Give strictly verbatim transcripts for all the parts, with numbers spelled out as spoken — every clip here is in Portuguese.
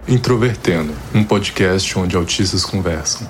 Introvertendo, um podcast onde autistas conversam.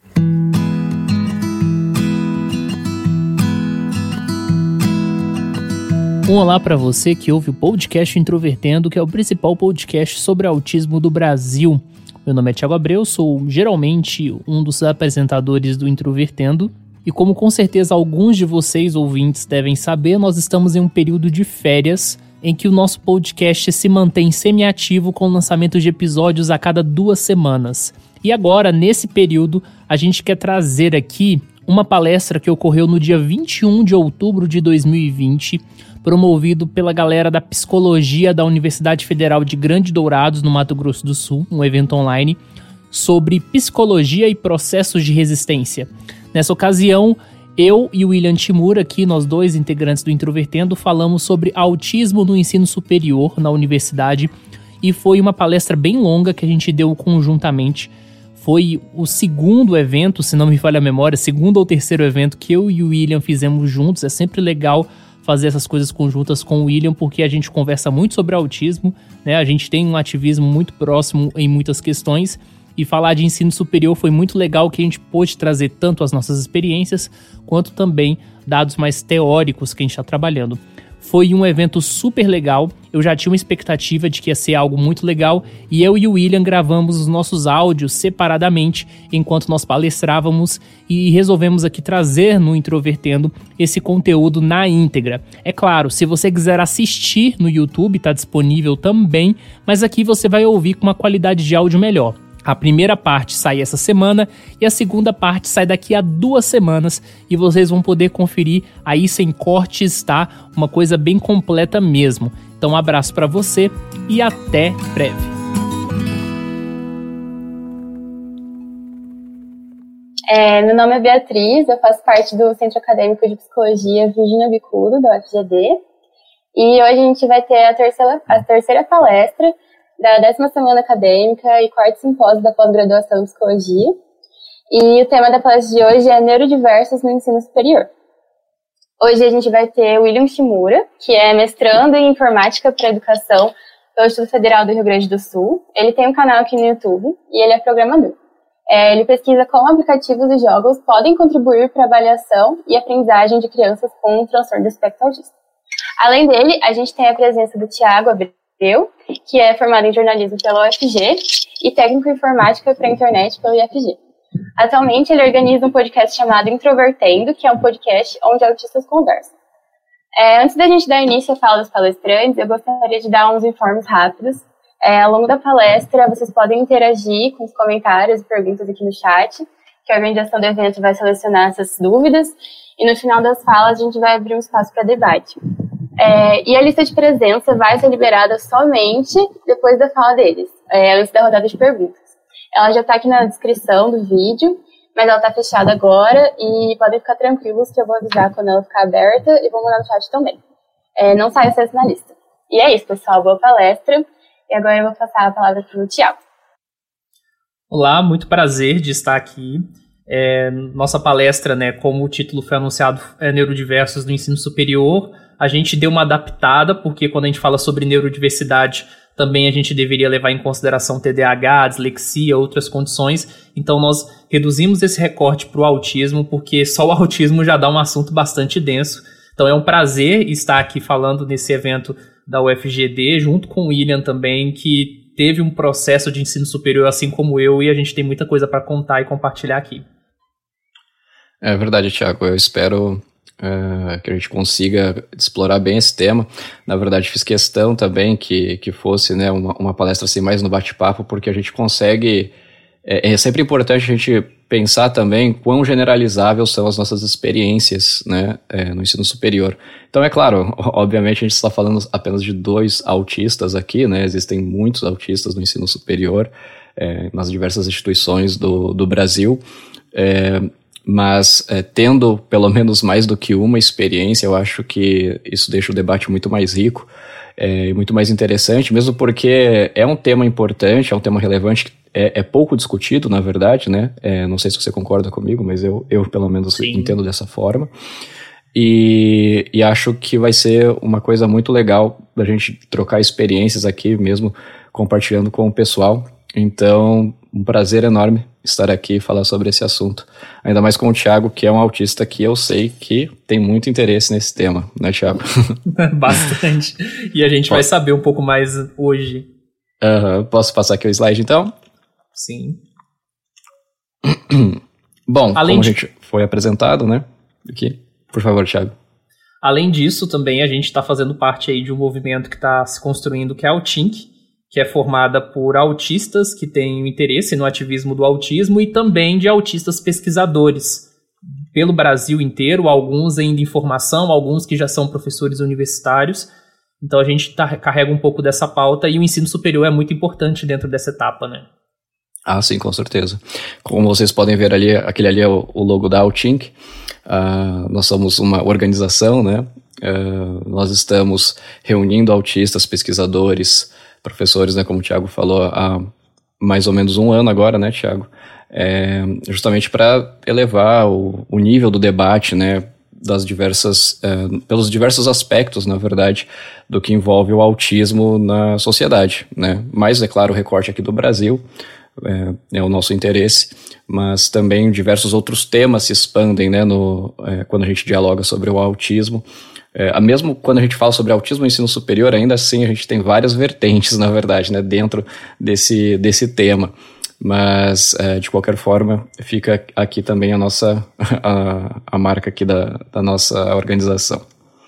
Um olá para você que ouve o podcast Introvertendo, que é o principal podcast sobre autismo do Brasil. Meu nome é Thiago Abreu, sou geralmente um dos apresentadores do Introvertendo. E como com certeza alguns de vocês ouvintes devem saber, nós estamos em um período de férias em que o nosso podcast se mantém semi-ativo com o lançamento de episódios a cada duas semanas. E agora, nesse período, a gente quer trazer aqui uma palestra que ocorreu no dia vinte e um de outubro de dois mil e vinte, promovido pela galera da Psicologia da Universidade Federal de Grande Dourados, no Mato Grosso do Sul, um evento online, sobre psicologia e processos de resistência. Nessa ocasião, eu e o William Shimura, aqui, nós dois integrantes do Introvertendo, falamos sobre autismo no ensino superior na universidade e foi uma palestra bem longa que a gente deu conjuntamente. Foi o segundo evento, se não me falha a memória, segundo ou terceiro evento que eu e o William fizemos juntos. É sempre legal fazer essas coisas conjuntas com o William, porque a gente conversa muito sobre autismo, né? A gente tem um ativismo muito próximo em muitas questões. E falar de ensino superior foi muito legal, que a gente pôde trazer tanto as nossas experiências, quanto também dados mais teóricos que a gente está trabalhando. Foi um evento super legal, eu já tinha uma expectativa de que ia ser algo muito legal, e eu e o William gravamos os nossos áudios separadamente, enquanto nós palestrávamos, e resolvemos aqui trazer no Introvertendo esse conteúdo na íntegra. É claro, se você quiser assistir no YouTube, está disponível também, mas aqui você vai ouvir com uma qualidade de áudio melhor. A primeira parte sai essa semana e a segunda parte sai daqui a duas semanas e vocês vão poder conferir aí sem cortes, tá? Uma coisa bem completa mesmo. Então um abraço para você e até breve. É, meu nome é Beatriz, eu faço parte do Centro Acadêmico de Psicologia Virginia Bicudo, da U F G D. E hoje a gente vai ter a terceira, a terceira palestra da décima semana acadêmica e quarto simpósio da pós-graduação em psicologia. E o tema da palestra de hoje é neurodiversos no ensino superior. Hoje a gente vai ter o William Shimura, que é mestrando em informática para educação pelo Instituto Federal do Rio Grande do Sul. Ele tem um canal aqui no YouTube e ele é programador. É, ele pesquisa como aplicativos e jogos podem contribuir para a avaliação e aprendizagem de crianças com um transtorno do espectro autista. Além dele, a gente tem a presença do Thiago Abreu, que é formado em jornalismo pela U F G e técnico em informática para a internet pelo I F G. Atualmente, ele organiza um podcast chamado Introvertendo, que é um podcast onde autistas conversam. É, antes da gente dar início à fala dos palestrantes, eu gostaria de dar uns informes rápidos. É, ao longo da palestra, vocês podem interagir com os comentários e perguntas aqui no chat, que a organização do evento vai selecionar essas dúvidas, e no final das falas a gente vai abrir um espaço para debate. É, e a lista de presença vai ser liberada somente depois da fala deles, é, antes da rodada de perguntas. Ela já está aqui na descrição do vídeo, mas ela está fechada agora e podem ficar tranquilos que eu vou avisar quando ela ficar aberta e vou mandar no chat também. É, não saia acesso na lista. E é isso, pessoal. Boa palestra. E agora eu vou passar a palavra para o Thiago. Olá, muito prazer de estar aqui. É, nossa palestra, né, como o título foi anunciado, é Neurodiversos no Ensino Superior. A gente deu uma adaptada, porque quando a gente fala sobre neurodiversidade, também a gente deveria levar em consideração T D A H, dislexia, outras condições. Então nós reduzimos esse recorte para o autismo, porque só o autismo já dá um assunto bastante denso. Então é um prazer estar aqui falando nesse evento da U F G D, junto com o William também, que teve um processo de ensino superior assim como eu, e a gente tem muita coisa para contar e compartilhar aqui. É verdade, Thiago. Eu espero uh, que a gente consiga explorar bem esse tema. Na verdade, fiz questão também que, que fosse, né, uma, uma palestra assim, mais no bate-papo, porque a gente consegue... É, é sempre importante a gente pensar também quão generalizáveis são as nossas experiências, né, é, no ensino superior. Então, é claro, obviamente a gente está falando apenas de dois autistas aqui, né? Existem muitos autistas no ensino superior, é, nas diversas instituições do, do Brasil. É, Mas é, tendo pelo menos mais do que uma experiência, eu acho que isso deixa o debate muito mais rico e é, muito mais interessante, mesmo porque é um tema importante, é um tema relevante, que é, é pouco discutido, na verdade, né? É, não sei se você concorda comigo, mas eu, eu pelo menos Sim. entendo dessa forma. E, e acho que vai ser uma coisa muito legal da gente trocar experiências aqui mesmo, compartilhando com o pessoal. Então, um prazer enorme estar aqui e falar sobre esse assunto. Ainda mais com o Thiago, que é um autista que eu sei que tem muito interesse nesse tema, né, Thiago? Bastante. E a gente Posso? vai saber um pouco mais hoje. Uhum. Posso passar aqui o slide, então? Sim. Bom, Além como de... a gente foi apresentado, né? Aqui, por favor, Thiago. Além disso, também a gente está fazendo parte aí de um movimento que está se construindo, que é a Altink, que é formada por autistas que têm interesse no ativismo do autismo e também de autistas pesquisadores pelo Brasil inteiro, alguns ainda em formação, alguns que já são professores universitários. Então a gente tá, carrega um pouco dessa pauta e o ensino superior é muito importante dentro dessa etapa, né? Ah, sim, com certeza. Como vocês podem ver ali, aquele ali é o, o logo da Altink. Uh, nós somos uma organização, né? Uh, nós estamos reunindo autistas, pesquisadores, professores, né, como o Thiago falou, há mais ou menos um ano agora, né, Thiago? É, justamente para elevar o, o nível do debate, né, das diversas, é, pelos diversos aspectos, na verdade, do que envolve o autismo na sociedade, né? Mais, é claro, o recorte aqui do Brasil é, é o nosso interesse, mas também diversos outros temas se expandem, né, no, é, quando a gente dialoga sobre o autismo. É, mesmo quando a gente fala sobre autismo e ensino superior, ainda assim a gente tem várias vertentes, na verdade, né, dentro desse, desse tema. Mas, é, de qualquer forma, fica aqui também a nossa a, a marca aqui da, da nossa organização.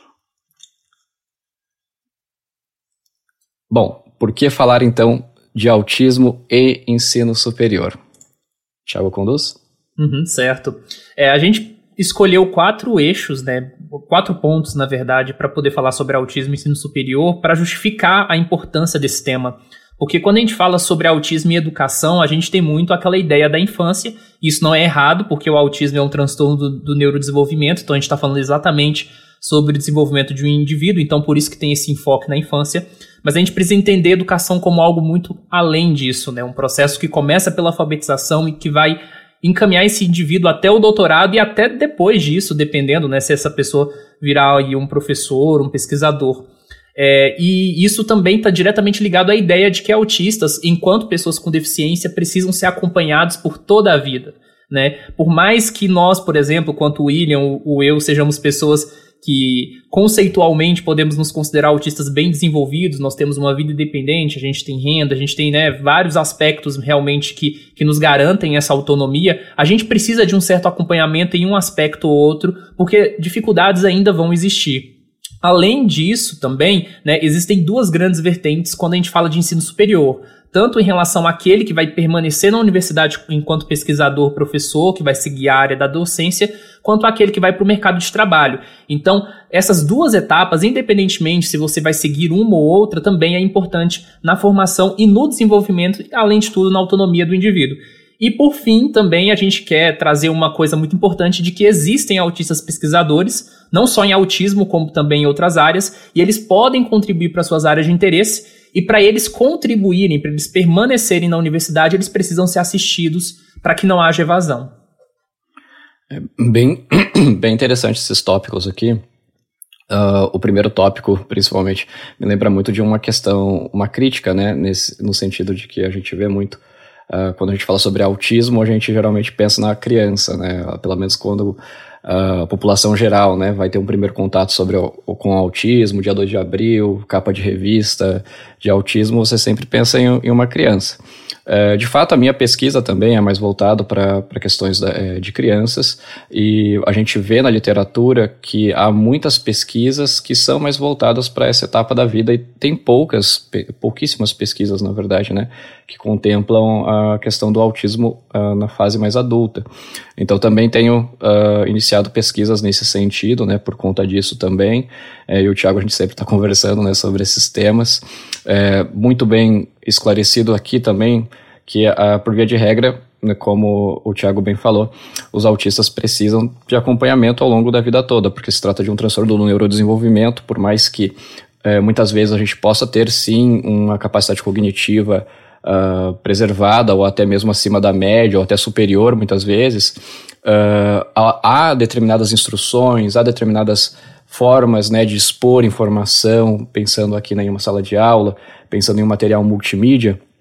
Bom, por que falar então de autismo e ensino superior? Thiago conduz? Uhum, certo. É, a gente escolheu quatro eixos, né, quatro pontos, na verdade, para poder falar sobre autismo e ensino superior, para justificar a importância desse tema. Porque quando a gente fala sobre autismo e educação, a gente tem muito aquela ideia da infância. Isso não é errado, porque o autismo é um transtorno do, do neurodesenvolvimento, então a gente está falando exatamente sobre o desenvolvimento de um indivíduo, então por isso que tem esse enfoque na infância. Mas a gente precisa entender a educação como algo muito além disso, né? Um processo que começa pela alfabetização e que vai encaminhar esse indivíduo até o doutorado e até depois disso, dependendo, né, se essa pessoa virar aí um professor, um pesquisador. É, e isso também está diretamente ligado à ideia de que autistas, enquanto pessoas com deficiência, precisam ser acompanhados por toda a vida, né? Por mais que nós, por exemplo, quanto o William ou o eu, sejamos pessoas que conceitualmente podemos nos considerar autistas bem desenvolvidos, nós temos uma vida independente, a gente tem renda, a gente tem, né, vários aspectos realmente que, que nos garantem essa autonomia, a gente precisa de um certo acompanhamento em um aspecto ou outro, porque dificuldades ainda vão existir. Além disso, também, né, existem duas grandes vertentes quando a gente fala de ensino superior. Tanto em relação àquele que vai permanecer na universidade enquanto pesquisador, professor, que vai seguir a área da docência, quanto àquele que vai para o mercado de trabalho. Então, essas duas etapas, independentemente se você vai seguir uma ou outra, também é importante na formação e no desenvolvimento, além de tudo, na autonomia do indivíduo. E, por fim, também a gente quer trazer uma coisa muito importante de que existem autistas pesquisadores, não só em autismo, como também em outras áreas, e eles podem contribuir para suas áreas de interesse, e para eles contribuírem, para eles permanecerem na universidade, eles precisam ser assistidos para que não haja evasão. É bem, bem interessante esses tópicos aqui. Uh, o primeiro tópico, principalmente, me lembra muito de uma questão, uma crítica, né, nesse, no sentido de que a gente vê muito. Uh, quando a gente fala sobre autismo, a gente geralmente pensa na criança, né? Pelo menos quando uh, a população geral, né, vai ter um primeiro contato sobre o, com o autismo, dia dois de abril, capa de revista de autismo, você sempre pensa em, em uma criança. Uh, de fato, a minha pesquisa também é mais voltada para questões da, de crianças, e a gente vê na literatura que há muitas pesquisas que são mais voltadas para essa etapa da vida, e tem poucas, pouquíssimas pesquisas, na verdade, né, que contemplam a questão do autismo uh, na fase mais adulta. Então, também tenho uh, iniciado pesquisas nesse sentido, né, por conta disso também. É, e o Thiago, a gente sempre está conversando, né, sobre esses temas. É, muito bem esclarecido aqui também que, uh, por via de regra, né, como o Thiago bem falou, os autistas precisam de acompanhamento ao longo da vida toda, porque se trata de um transtorno do neurodesenvolvimento, por mais que uh, muitas vezes a gente possa ter, sim, uma capacidade cognitiva Uh, preservada, ou até mesmo acima da média, ou até superior, muitas vezes, uh, há, há determinadas instruções, há determinadas formas, né, de expor informação, pensando aqui, né, em uma sala de aula, pensando em um material multimídia,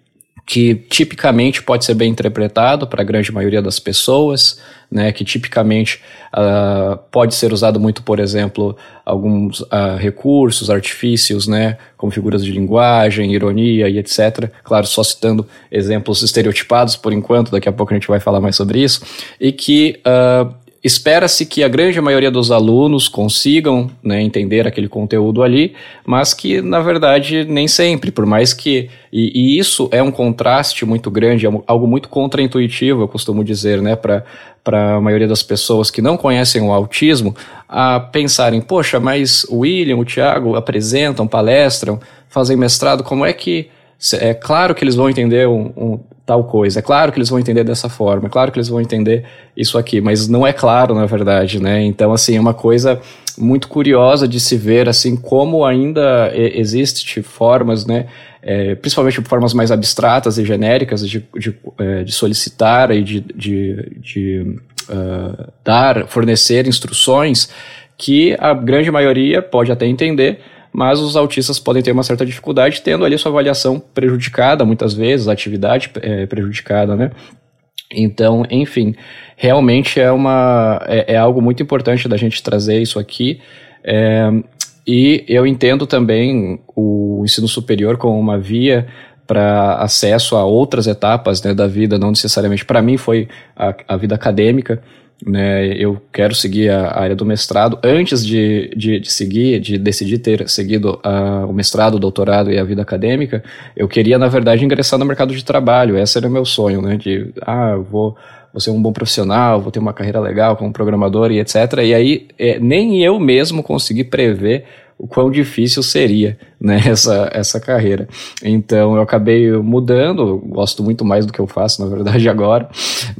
que tipicamente pode ser bem interpretado para a grande maioria das pessoas, né, que tipicamente uh, pode ser usado muito, por exemplo, alguns uh, recursos, artifícios, né, como figuras de linguagem, ironia e etcétera. Claro, só citando exemplos estereotipados por enquanto, daqui a pouco a gente vai falar mais sobre isso, e que uh, espera-se que a grande maioria dos alunos consigam, né, entender aquele conteúdo ali, mas que, na verdade, nem sempre, por mais que... E, e isso é um contraste muito grande, é algo muito contraintuitivo, eu costumo dizer, né, para para a maioria das pessoas que não conhecem o autismo, a pensarem, poxa, mas o William, o Thiago apresentam, palestram, fazem mestrado, como é que... É claro que eles vão entender um, um, tal coisa, é claro que eles vão entender dessa forma, é claro que eles vão entender isso aqui, mas não é claro, na verdade, né? Então, assim, é uma coisa muito curiosa de se ver, assim, como ainda existem formas, né, é, principalmente formas mais abstratas e genéricas de, de, de solicitar e de, de, de uh, dar, fornecer instruções que a grande maioria pode até entender, mas os autistas podem ter uma certa dificuldade, tendo ali sua avaliação prejudicada, muitas vezes, a atividade é, prejudicada, né? Então, enfim, realmente é, uma, é, é algo muito importante da gente trazer isso aqui, é, e eu entendo também o ensino superior como uma via para acesso a outras etapas, né, da vida, não necessariamente, para mim foi a, a vida acadêmica, né, eu quero seguir a, a área do mestrado. Antes de, de, de seguir, de decidir ter seguido a, o mestrado, o doutorado e a vida acadêmica, eu queria, na verdade, ingressar no mercado de trabalho. Esse era o meu sonho, né, de, ah, eu vou, vou ser um bom profissional, vou ter uma carreira legal como programador e etcétera. E aí, é, nem eu mesmo consegui prever o quão difícil seria, né, essa, essa carreira. Então eu acabei mudando, gosto muito mais do que eu faço, na verdade, agora,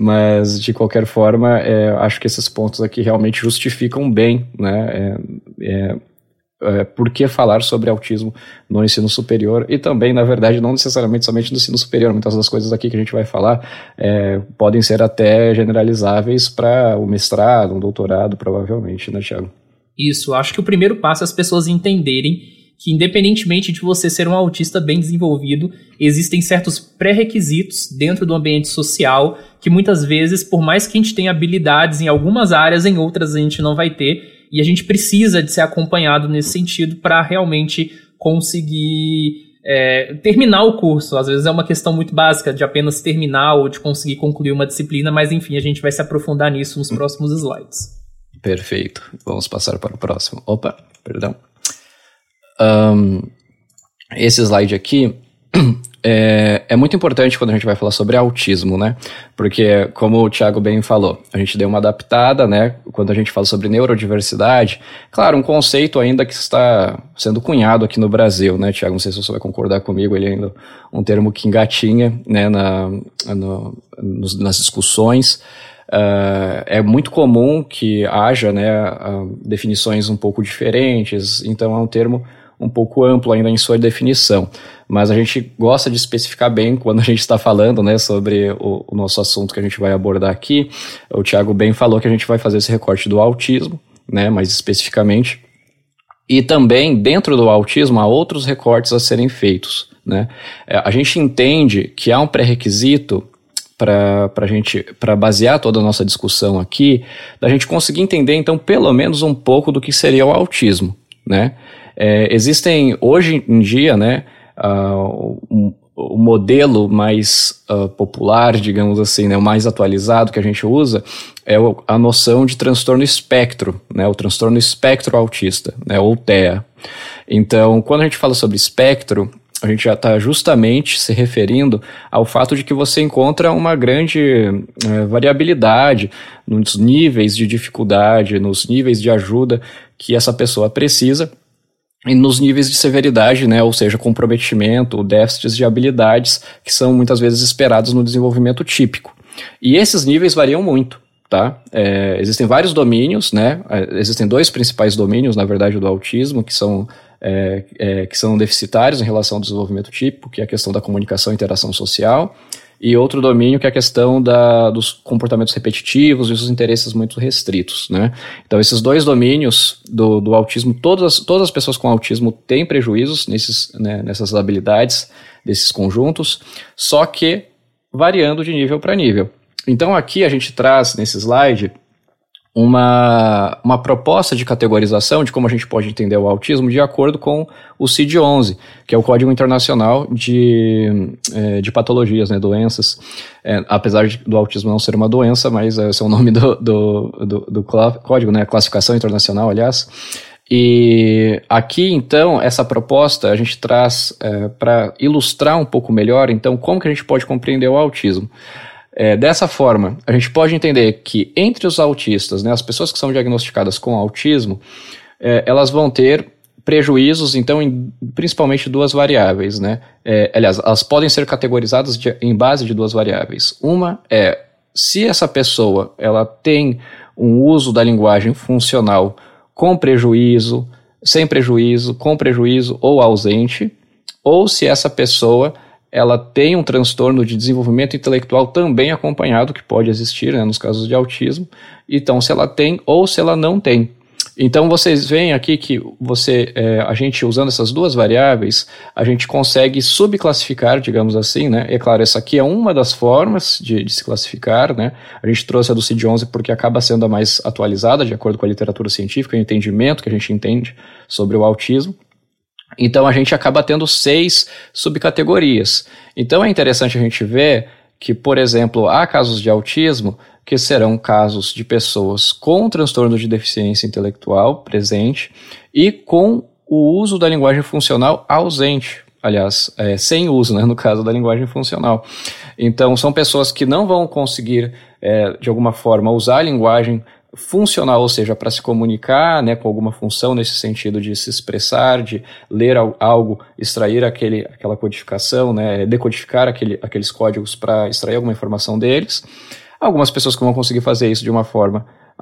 mas de qualquer forma, é, acho que esses pontos aqui realmente justificam bem, né, é, é, é, por que falar sobre autismo no ensino superior, e também, na verdade, não necessariamente somente no ensino superior, muitas das coisas aqui que a gente vai falar é, podem ser até generalizáveis para o mestrado, um doutorado, provavelmente, né, Thiago? Isso, acho que o primeiro passo é as pessoas entenderem que, independentemente de você ser um autista bem desenvolvido, existem certos pré-requisitos dentro do ambiente social que muitas vezes, por mais que a gente tenha habilidades em algumas áreas, em outras a gente não vai ter, e a gente precisa de ser acompanhado nesse sentido para realmente conseguir é, terminar o curso. Às vezes é uma questão muito básica de apenas terminar ou de conseguir concluir uma disciplina, mas enfim, a gente vai se aprofundar nisso nos próximos slides. Perfeito. Vamos passar para o próximo. Opa, perdão. Um, esse slide aqui é, é muito importante quando a gente vai falar sobre autismo, né? Porque, como o Thiago bem falou, a gente deu uma adaptada, né? Quando a gente fala sobre neurodiversidade, claro, um conceito ainda que está sendo cunhado aqui no Brasil, né, Thiago? Não sei se você vai concordar comigo, ele é ainda um termo que engatinha, né, na, no, nos, nas discussões. Uh, é muito comum que haja, né, uh, definições um pouco diferentes, então é um termo um pouco amplo ainda em sua definição, mas a gente gosta de especificar bem quando a gente está falando, né, sobre o, o nosso assunto que a gente vai abordar aqui. O Thiago bem falou que a gente vai fazer esse recorte do autismo, né, mais especificamente, e também dentro do autismo há outros recortes a serem feitos, né. A gente entende que há um pré-requisito para a gente, para basear toda a nossa discussão aqui, da gente conseguir entender, então, pelo menos um pouco do que seria o autismo, né? É, existem, hoje em dia, né, uh, um, o modelo mais uh, popular, digamos assim, né, o mais atualizado que a gente usa, é o, a noção de transtorno espectro, né, o transtorno espectro autista, né, ou T E A. Então, quando a gente fala sobre espectro, a gente já está justamente se referindo ao fato de que você encontra uma grande é, variabilidade nos níveis de dificuldade, nos níveis de ajuda que essa pessoa precisa e nos níveis de severidade, né, ou seja, comprometimento, déficits de habilidades que são muitas vezes esperados no desenvolvimento típico. E esses níveis variam muito. Tá? É, existem vários domínios, né? Existem dois principais domínios, na verdade, do autismo, que são é, é, que são deficitários em relação ao desenvolvimento típico, que é a questão da comunicação e interação social, e outro domínio que é a questão da, dos comportamentos repetitivos e os interesses muito restritos, né? Então, esses dois domínios do, do autismo, todas, todas as pessoas com autismo têm prejuízos nesses, né, nessas habilidades, desses conjuntos, só que variando de nível para nível. Então, aqui a gente traz, nesse slide, uma, uma proposta de categorização de como a gente pode entender o autismo de acordo com o C I D onze, que é o Código Internacional de, é, de Patologias, né, doenças, é, apesar de, do autismo não ser uma doença, mas esse é o nome do, do, do, do código, né, Classificação Internacional, aliás. E aqui, então, essa proposta a gente traz é, para ilustrar um pouco melhor, então, como que a gente pode compreender o autismo. É, dessa forma, a gente pode entender que entre os autistas, né, as pessoas que são diagnosticadas com autismo, é, elas vão ter prejuízos, então, em principalmente duas variáveis, né? É, aliás, elas podem ser categorizadas de, em base de duas variáveis. Uma é se essa pessoa ela tem um uso da linguagem funcional com prejuízo, sem prejuízo, com prejuízo ou ausente, ou se essa pessoa ela tem um transtorno de desenvolvimento intelectual também acompanhado, que pode existir, né, nos casos de autismo, então se ela tem ou se ela não tem. Então vocês veem aqui que você, é, a gente usando essas duas variáveis, a gente consegue subclassificar, digamos assim, né? E claro, essa aqui é uma das formas de, de se classificar, né? A gente trouxe a do C I D onze porque acaba sendo a mais atualizada, de acordo com a literatura científica e o entendimento que a gente entende sobre o autismo. Então a gente acaba tendo seis subcategorias. Então é interessante a gente ver que, por exemplo, há casos de autismo que serão casos de pessoas com transtorno de deficiência intelectual presente e com o uso da linguagem funcional ausente. Aliás, é, sem uso, né, no caso da linguagem funcional. Então são pessoas que não vão conseguir, é, de alguma forma, usar a linguagem funcional, ou seja, para se comunicar, né, com alguma função nesse sentido de se expressar, de ler algo, extrair aquele, aquela codificação, né, decodificar aquele, aqueles códigos para extrair alguma informação deles. Algumas pessoas que vão conseguir fazer isso de uma forma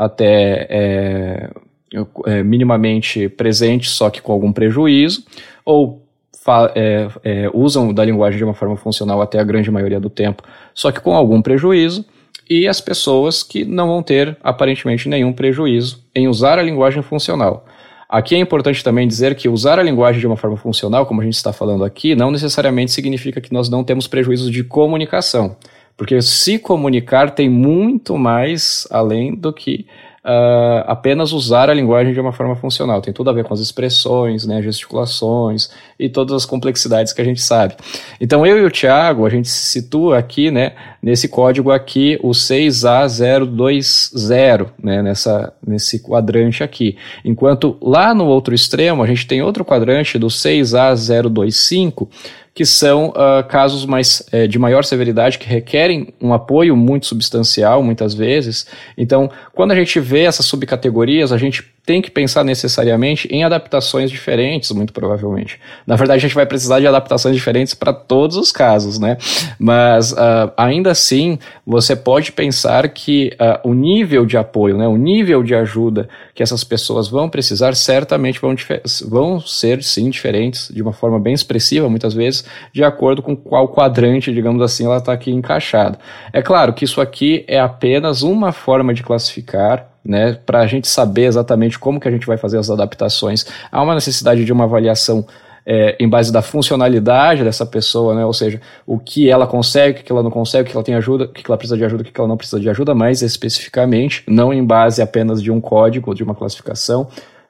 até é, é, minimamente presente, só que com algum prejuízo, ou fa- é, é, usam da linguagem de uma forma funcional até a grande maioria do tempo, só que com algum prejuízo, e as pessoas que não vão ter aparentemente nenhum prejuízo em usar a linguagem funcional. Aqui é importante também dizer que usar a linguagem de uma forma funcional, como a gente está falando aqui, não necessariamente significa que nós não temos prejuízos de comunicação, porque se comunicar tem muito mais além do que uh, apenas usar a linguagem de uma forma funcional. Tem tudo a ver com as expressões, né, gesticulações e todas as complexidades que a gente sabe. Então eu e o Thiago, a gente se situa aqui, né, nesse código aqui, o seis A zero dois zero, né, nessa, nesse quadrante aqui. Enquanto lá no outro extremo a gente tem outro quadrante do seis A zero dois cinco, que são uh, casos mais, eh, de maior severidade, que requerem um apoio muito substancial, muitas vezes. Então, quando a gente vê essas subcategorias, a gente tem que pensar necessariamente em adaptações diferentes, muito provavelmente. Na verdade, a gente vai precisar de adaptações diferentes para todos os casos, né? Mas, uh, ainda assim, você pode pensar que uh, o nível de apoio, né, o nível de ajuda que essas pessoas vão precisar, certamente vão, vão ser, sim, diferentes, de uma forma bem expressiva, muitas vezes, de acordo com qual quadrante, digamos assim, ela está aqui encaixada. É claro que isso aqui é apenas uma forma de classificar, né, para a gente saber exatamente como que a gente vai fazer as adaptações. Há uma necessidade de uma avaliação é, em base da funcionalidade dessa pessoa, né, ou seja, o que ela consegue, o que ela não consegue, o que ela tem ajuda, o que ela precisa de ajuda, o que ela não precisa de ajuda, mais especificamente, não em base apenas de um código, de uma classificação,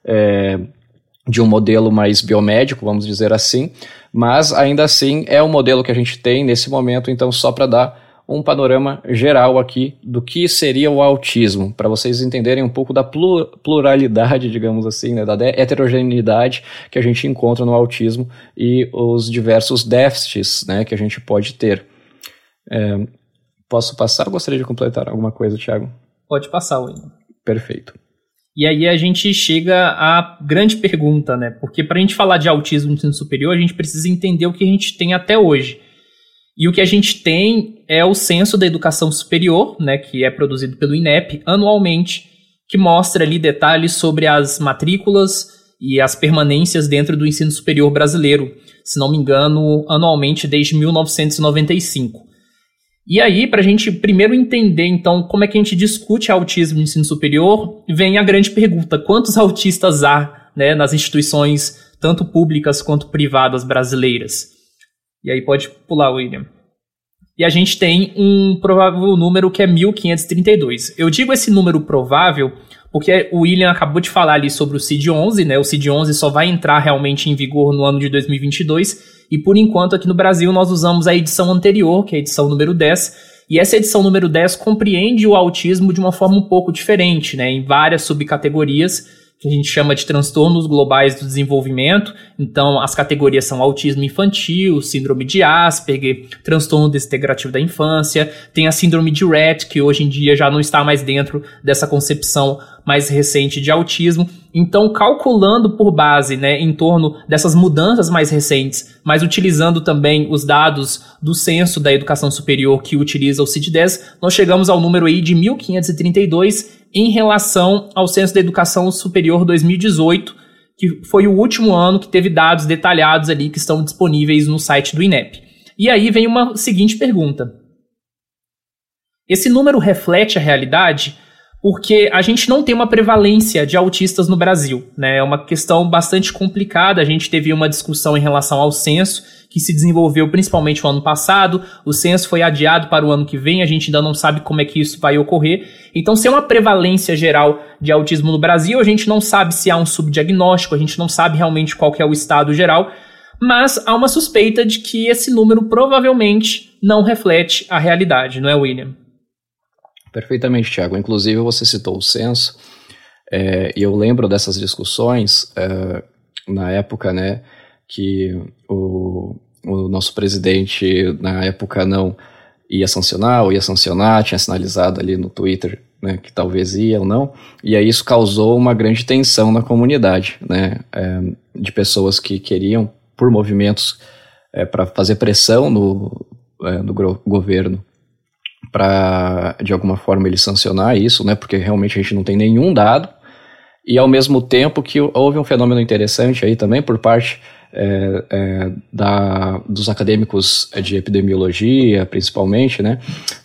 é, de um modelo mais biomédico, vamos dizer assim, mas ainda assim é o modelo que a gente tem nesse momento, então só para dar um panorama geral aqui do que seria o autismo, para vocês entenderem um pouco da pluralidade, digamos assim, né, da heterogeneidade que a gente encontra no autismo e os diversos déficits, né, que a gente pode ter. É, posso passar ou gostaria de completar alguma coisa, Thiago? Pode passar, William. Perfeito. E aí a gente chega à grande pergunta, né? Porque para a gente falar de autismo no ensino superior, a gente precisa entender o que a gente tem até hoje. E o que a gente tem é o Censo da Educação Superior, né, que é produzido pelo INEP anualmente, que mostra ali detalhes sobre as matrículas e as permanências dentro do ensino superior brasileiro, se não me engano, anualmente desde mil novecentos e noventa e cinco. E aí, para a gente primeiro entender, então, como é que a gente discute autismo no ensino superior, vem a grande pergunta: quantos autistas há, né, nas instituições, tanto públicas quanto privadas brasileiras? E aí pode pular, William. E a gente tem um provável número que é mil quinhentos e trinta e dois. Eu digo esse número provável porque o William acabou de falar ali sobre o C I D onze, né? O C I D onze só vai entrar realmente em vigor no ano de dois mil e vinte e dois, e por enquanto aqui no Brasil nós usamos a edição anterior, que é a edição número dez, e essa edição número dez compreende o autismo de uma forma um pouco diferente, né? Em várias subcategorias, que a gente chama de transtornos globais do desenvolvimento. Então, as categorias são autismo infantil, síndrome de Asperger, transtorno desintegrativo da infância, tem a síndrome de Rett, que hoje em dia já não está mais dentro dessa concepção mais recente de autismo. Então, calculando por base, né, em torno dessas mudanças mais recentes, mas utilizando também os dados do Censo da Educação Superior, que utiliza o C I D dez, nós chegamos ao número aí de mil quinhentos e trinta e dois em relação ao Censo da Educação Superior dois mil e dezoito, que foi o último ano que teve dados detalhados ali que estão disponíveis no site do INEP. E aí vem uma seguinte pergunta: esse número reflete a realidade? Porque a gente não tem uma prevalência de autistas no Brasil, né? É uma questão bastante complicada. A gente teve uma discussão em relação ao censo, que se desenvolveu principalmente no ano passado. O censo foi adiado para o ano que vem, a gente ainda não sabe como é que isso vai ocorrer. Então, se é uma prevalência geral de autismo no Brasil, a gente não sabe se há um subdiagnóstico, a gente não sabe realmente qual que é o estado geral, mas há uma suspeita de que esse número provavelmente não reflete a realidade, não é, William? Perfeitamente, Thiago. Inclusive, você citou o censo, é, e eu lembro dessas discussões é, na época, né, que o, o nosso presidente, na época, não ia sancionar, ou ia sancionar, tinha sinalizado ali no Twitter, né, que talvez ia ou não, e aí isso causou uma grande tensão na comunidade, né, é, de pessoas que queriam, por movimentos, é, para fazer pressão no, é, no gro- governo, para, de alguma forma, ele sancionar isso, né, porque realmente a gente não tem nenhum dado, e ao mesmo tempo que houve um fenômeno interessante aí também por parte é, é, da, dos acadêmicos de epidemiologia, principalmente, né,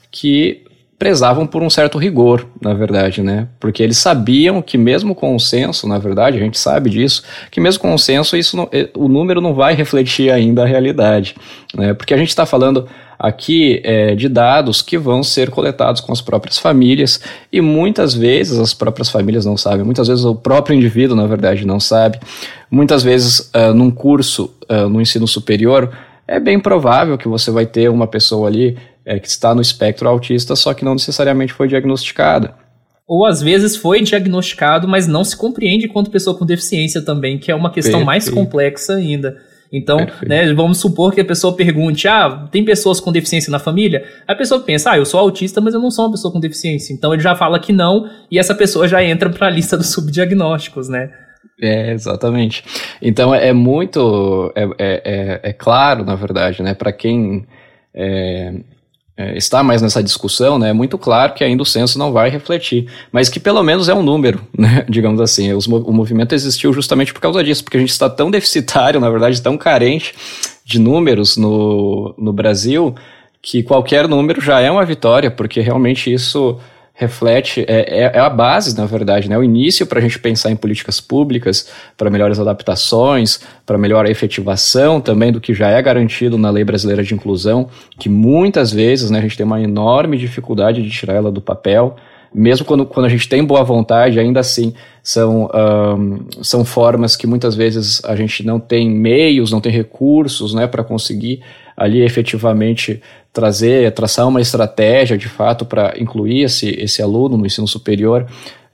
que prezavam por um certo rigor, na verdade, né, porque eles sabiam que mesmo com o censo, na verdade, a gente sabe disso, que mesmo com o censo, isso não, o número não vai refletir ainda a realidade, né, porque a gente está falando aqui é, de dados que vão ser coletados com as próprias famílias, e muitas vezes as próprias famílias não sabem, muitas vezes o próprio indivíduo, na verdade, não sabe. Muitas vezes, uh, num curso, uh, no ensino superior, é bem provável que você vai ter uma pessoa ali é, que está no espectro autista, só que não necessariamente foi diagnosticada. Ou às vezes foi diagnosticado, mas não se compreende quanto pessoa com deficiência também, que é uma questão Perfeito. mais complexa ainda. Então, né, vamos supor que a pessoa pergunte, ah, tem pessoas com deficiência na família? A pessoa pensa, ah, eu sou autista, mas eu não sou uma pessoa com deficiência. Então ele já fala que não, e essa pessoa já entra para a lista dos subdiagnósticos, né? É, exatamente. Então é muito, é, é, é claro, na verdade, né, para quem é, é, está mais nessa discussão, né, é muito claro que ainda o censo não vai refletir, mas que pelo menos é um número, né, digamos assim. Os, o movimento existiu justamente por causa disso, porque a gente está tão deficitário, na verdade, tão carente de números no, no Brasil, que qualquer número já é uma vitória, porque realmente isso reflete, é, é, é a base, na verdade, né, o início para a gente pensar em políticas públicas, para melhores adaptações, para melhor efetivação também do que já é garantido na Lei Brasileira de Inclusão, que muitas vezes, né, a gente tem uma enorme dificuldade de tirar ela do papel, mesmo quando, quando a gente tem boa vontade, ainda assim são, um, são formas que muitas vezes a gente não tem meios, não tem recursos, né, para conseguir ali efetivamente trazer, traçar uma estratégia de fato para incluir esse, esse aluno no ensino superior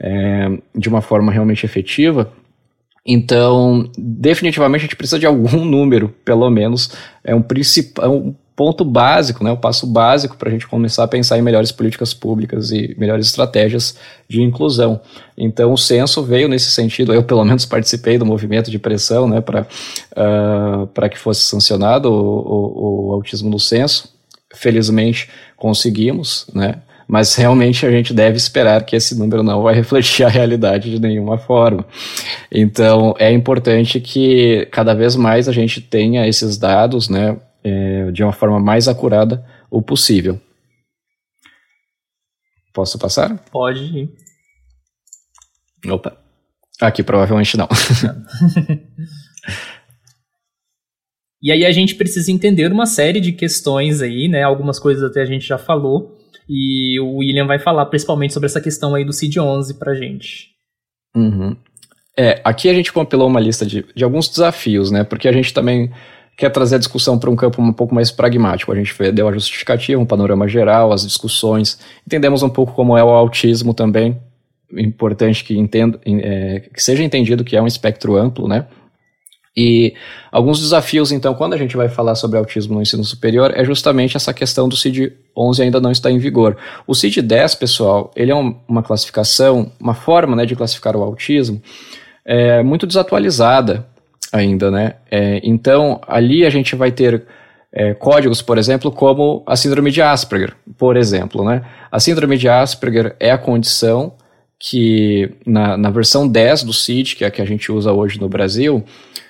é, de uma forma realmente efetiva. Então, definitivamente a gente precisa de algum número, pelo menos, é um, princip- é um ponto básico, né, o passo básico para a gente começar a pensar em melhores políticas públicas e melhores estratégias de inclusão. Então, o censo veio nesse sentido. Eu, pelo menos, participei do movimento de pressão, né, para uh, para que fosse sancionado o, o, o autismo no censo. Felizmente, conseguimos, né, Mas realmente a gente deve esperar que esse número não vai refletir a realidade de nenhuma forma. Então é importante que cada vez mais a gente tenha esses dados, né, é, de uma forma mais acurada o possível. Posso passar? Pode ir. Opa. Aqui provavelmente não. E aí a gente precisa entender uma série de questões aí, né? Algumas coisas até a gente já falou. E o William vai falar principalmente sobre essa questão aí do C I D onze pra gente. Uhum. É, aqui a gente compilou uma lista de, de alguns desafios, né? Porque a gente também quer trazer a discussão para um campo um pouco mais pragmático. A gente deu a justificativa, um panorama geral, as discussões. Entendemos um pouco como é o autismo também. Importante que, entenda, é, que seja entendido que é um espectro amplo, né? E alguns desafios, então, quando a gente vai falar sobre autismo no ensino superior, é justamente essa questão do C I D onze ainda não está em vigor. O C I D dez, pessoal, ele é um, uma classificação, uma forma, né, de classificar o autismo é, muito desatualizada ainda, né? É, então, ali a gente vai ter é, códigos, por exemplo, como a síndrome de Asperger, por exemplo, né? A síndrome de Asperger é a condição que, na, na versão dez do C I D, que é a que a gente usa hoje no Brasil,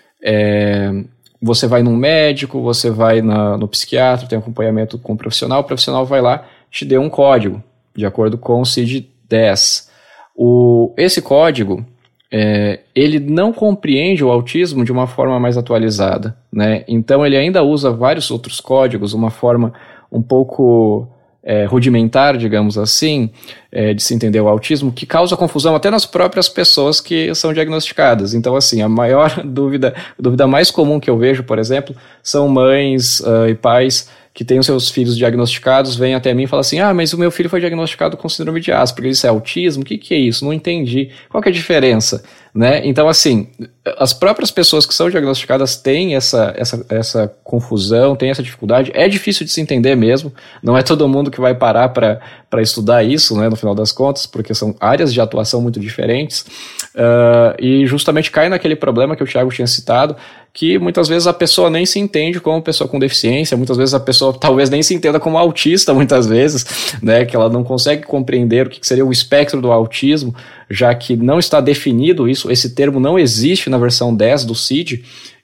É, você vai num médico, você vai na, no psiquiatra, tem acompanhamento com o profissional, o profissional vai lá, te dê um código, de acordo com o C I D dez. O, esse código, é, ele não compreende o autismo de uma forma mais atualizada, né? Então ele ainda usa vários outros códigos, uma forma um pouco é, rudimentar, digamos assim, é, de se entender o autismo, que causa confusão até nas próprias pessoas que são diagnosticadas. Então, assim, a maior dúvida, a dúvida mais comum que eu vejo, por exemplo, são mães uh, e pais que têm os seus filhos diagnosticados, vêm até mim e falam assim, ah, mas o meu filho foi diagnosticado com síndrome de Asperger, isso é autismo? O que, que é isso? Não entendi. Qual que é a diferença? Né? Então, assim, as próprias pessoas que são diagnosticadas têm essa, essa, essa confusão, têm essa dificuldade, é difícil de se entender mesmo, não é todo mundo que vai parar para estudar isso, né, no final das contas, porque são áreas de atuação muito diferentes, uh, e justamente cai naquele problema que o Thiago tinha citado, que muitas vezes a pessoa nem se entende como pessoa com deficiência, muitas vezes a pessoa talvez nem se entenda como autista, muitas vezes, né, que ela não consegue compreender o que seria o espectro do autismo, já que não está definido isso, esse termo não existe na versão dez do C I D,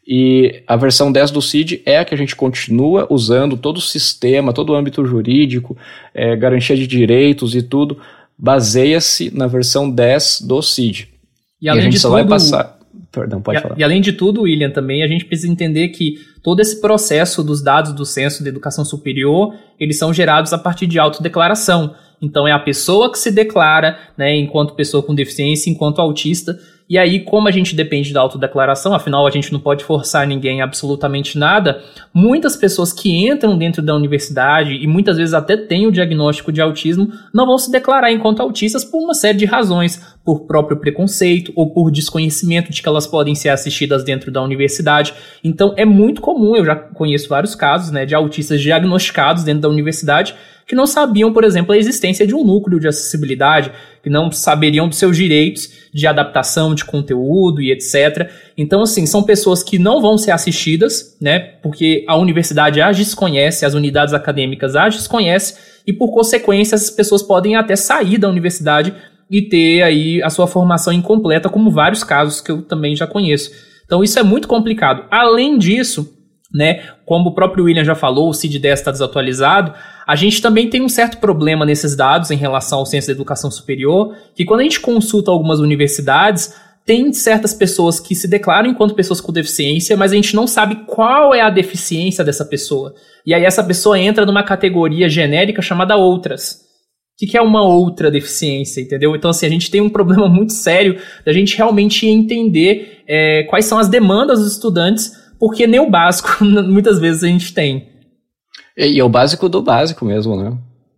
e a versão dez do C I D é a que a gente continua usando, todo o sistema, todo o âmbito jurídico, é, garantia de direitos e tudo, baseia-se na versão dez do C I D. E, além e a gente de só tudo, vai passar... Perdão, pode e, falar. E além de tudo, William, também a gente precisa entender que todo esse processo dos dados do Censo de Educação Superior, eles são gerados a partir de autodeclaração. Então é a pessoa que se declara, né, enquanto pessoa com deficiência, enquanto autista. E aí, como a gente depende da autodeclaração, afinal a gente não pode forçar ninguém a absolutamente nada, muitas pessoas que entram dentro da universidade e muitas vezes até têm o diagnóstico de autismo, não vão se declarar enquanto autistas por uma série de razões, por próprio preconceito ou por desconhecimento de que elas podem ser assistidas dentro da universidade. Então é muito comum, eu já conheço vários casos, né, de autistas diagnosticados dentro da universidade que não sabiam, por exemplo, a existência de um núcleo de acessibilidade, que não saberiam dos seus direitos de adaptação de conteúdo e etcétera. Então, assim, são pessoas que não vão ser assistidas, né, porque a universidade as desconhece, as unidades acadêmicas as desconhecem, e por consequência essas pessoas podem até sair da universidade e ter aí a sua formação incompleta, como vários casos que eu também já conheço. Então, isso é muito complicado. Além disso, né, como o próprio William já falou, o C I D dez está desatualizado, a gente também tem um certo problema nesses dados em relação ao Censo da Educação Superior, que quando a gente consulta algumas universidades, tem certas pessoas que se declaram enquanto pessoas com deficiência, mas a gente não sabe qual é a deficiência dessa pessoa. E aí essa pessoa entra numa categoria genérica chamada outras. O que é uma outra deficiência, entendeu? Então, assim, a gente tem um problema muito sério da gente realmente entender é, quais são as demandas dos estudantes, porque nem o básico muitas vezes a gente tem. E, e é o básico do básico mesmo, né?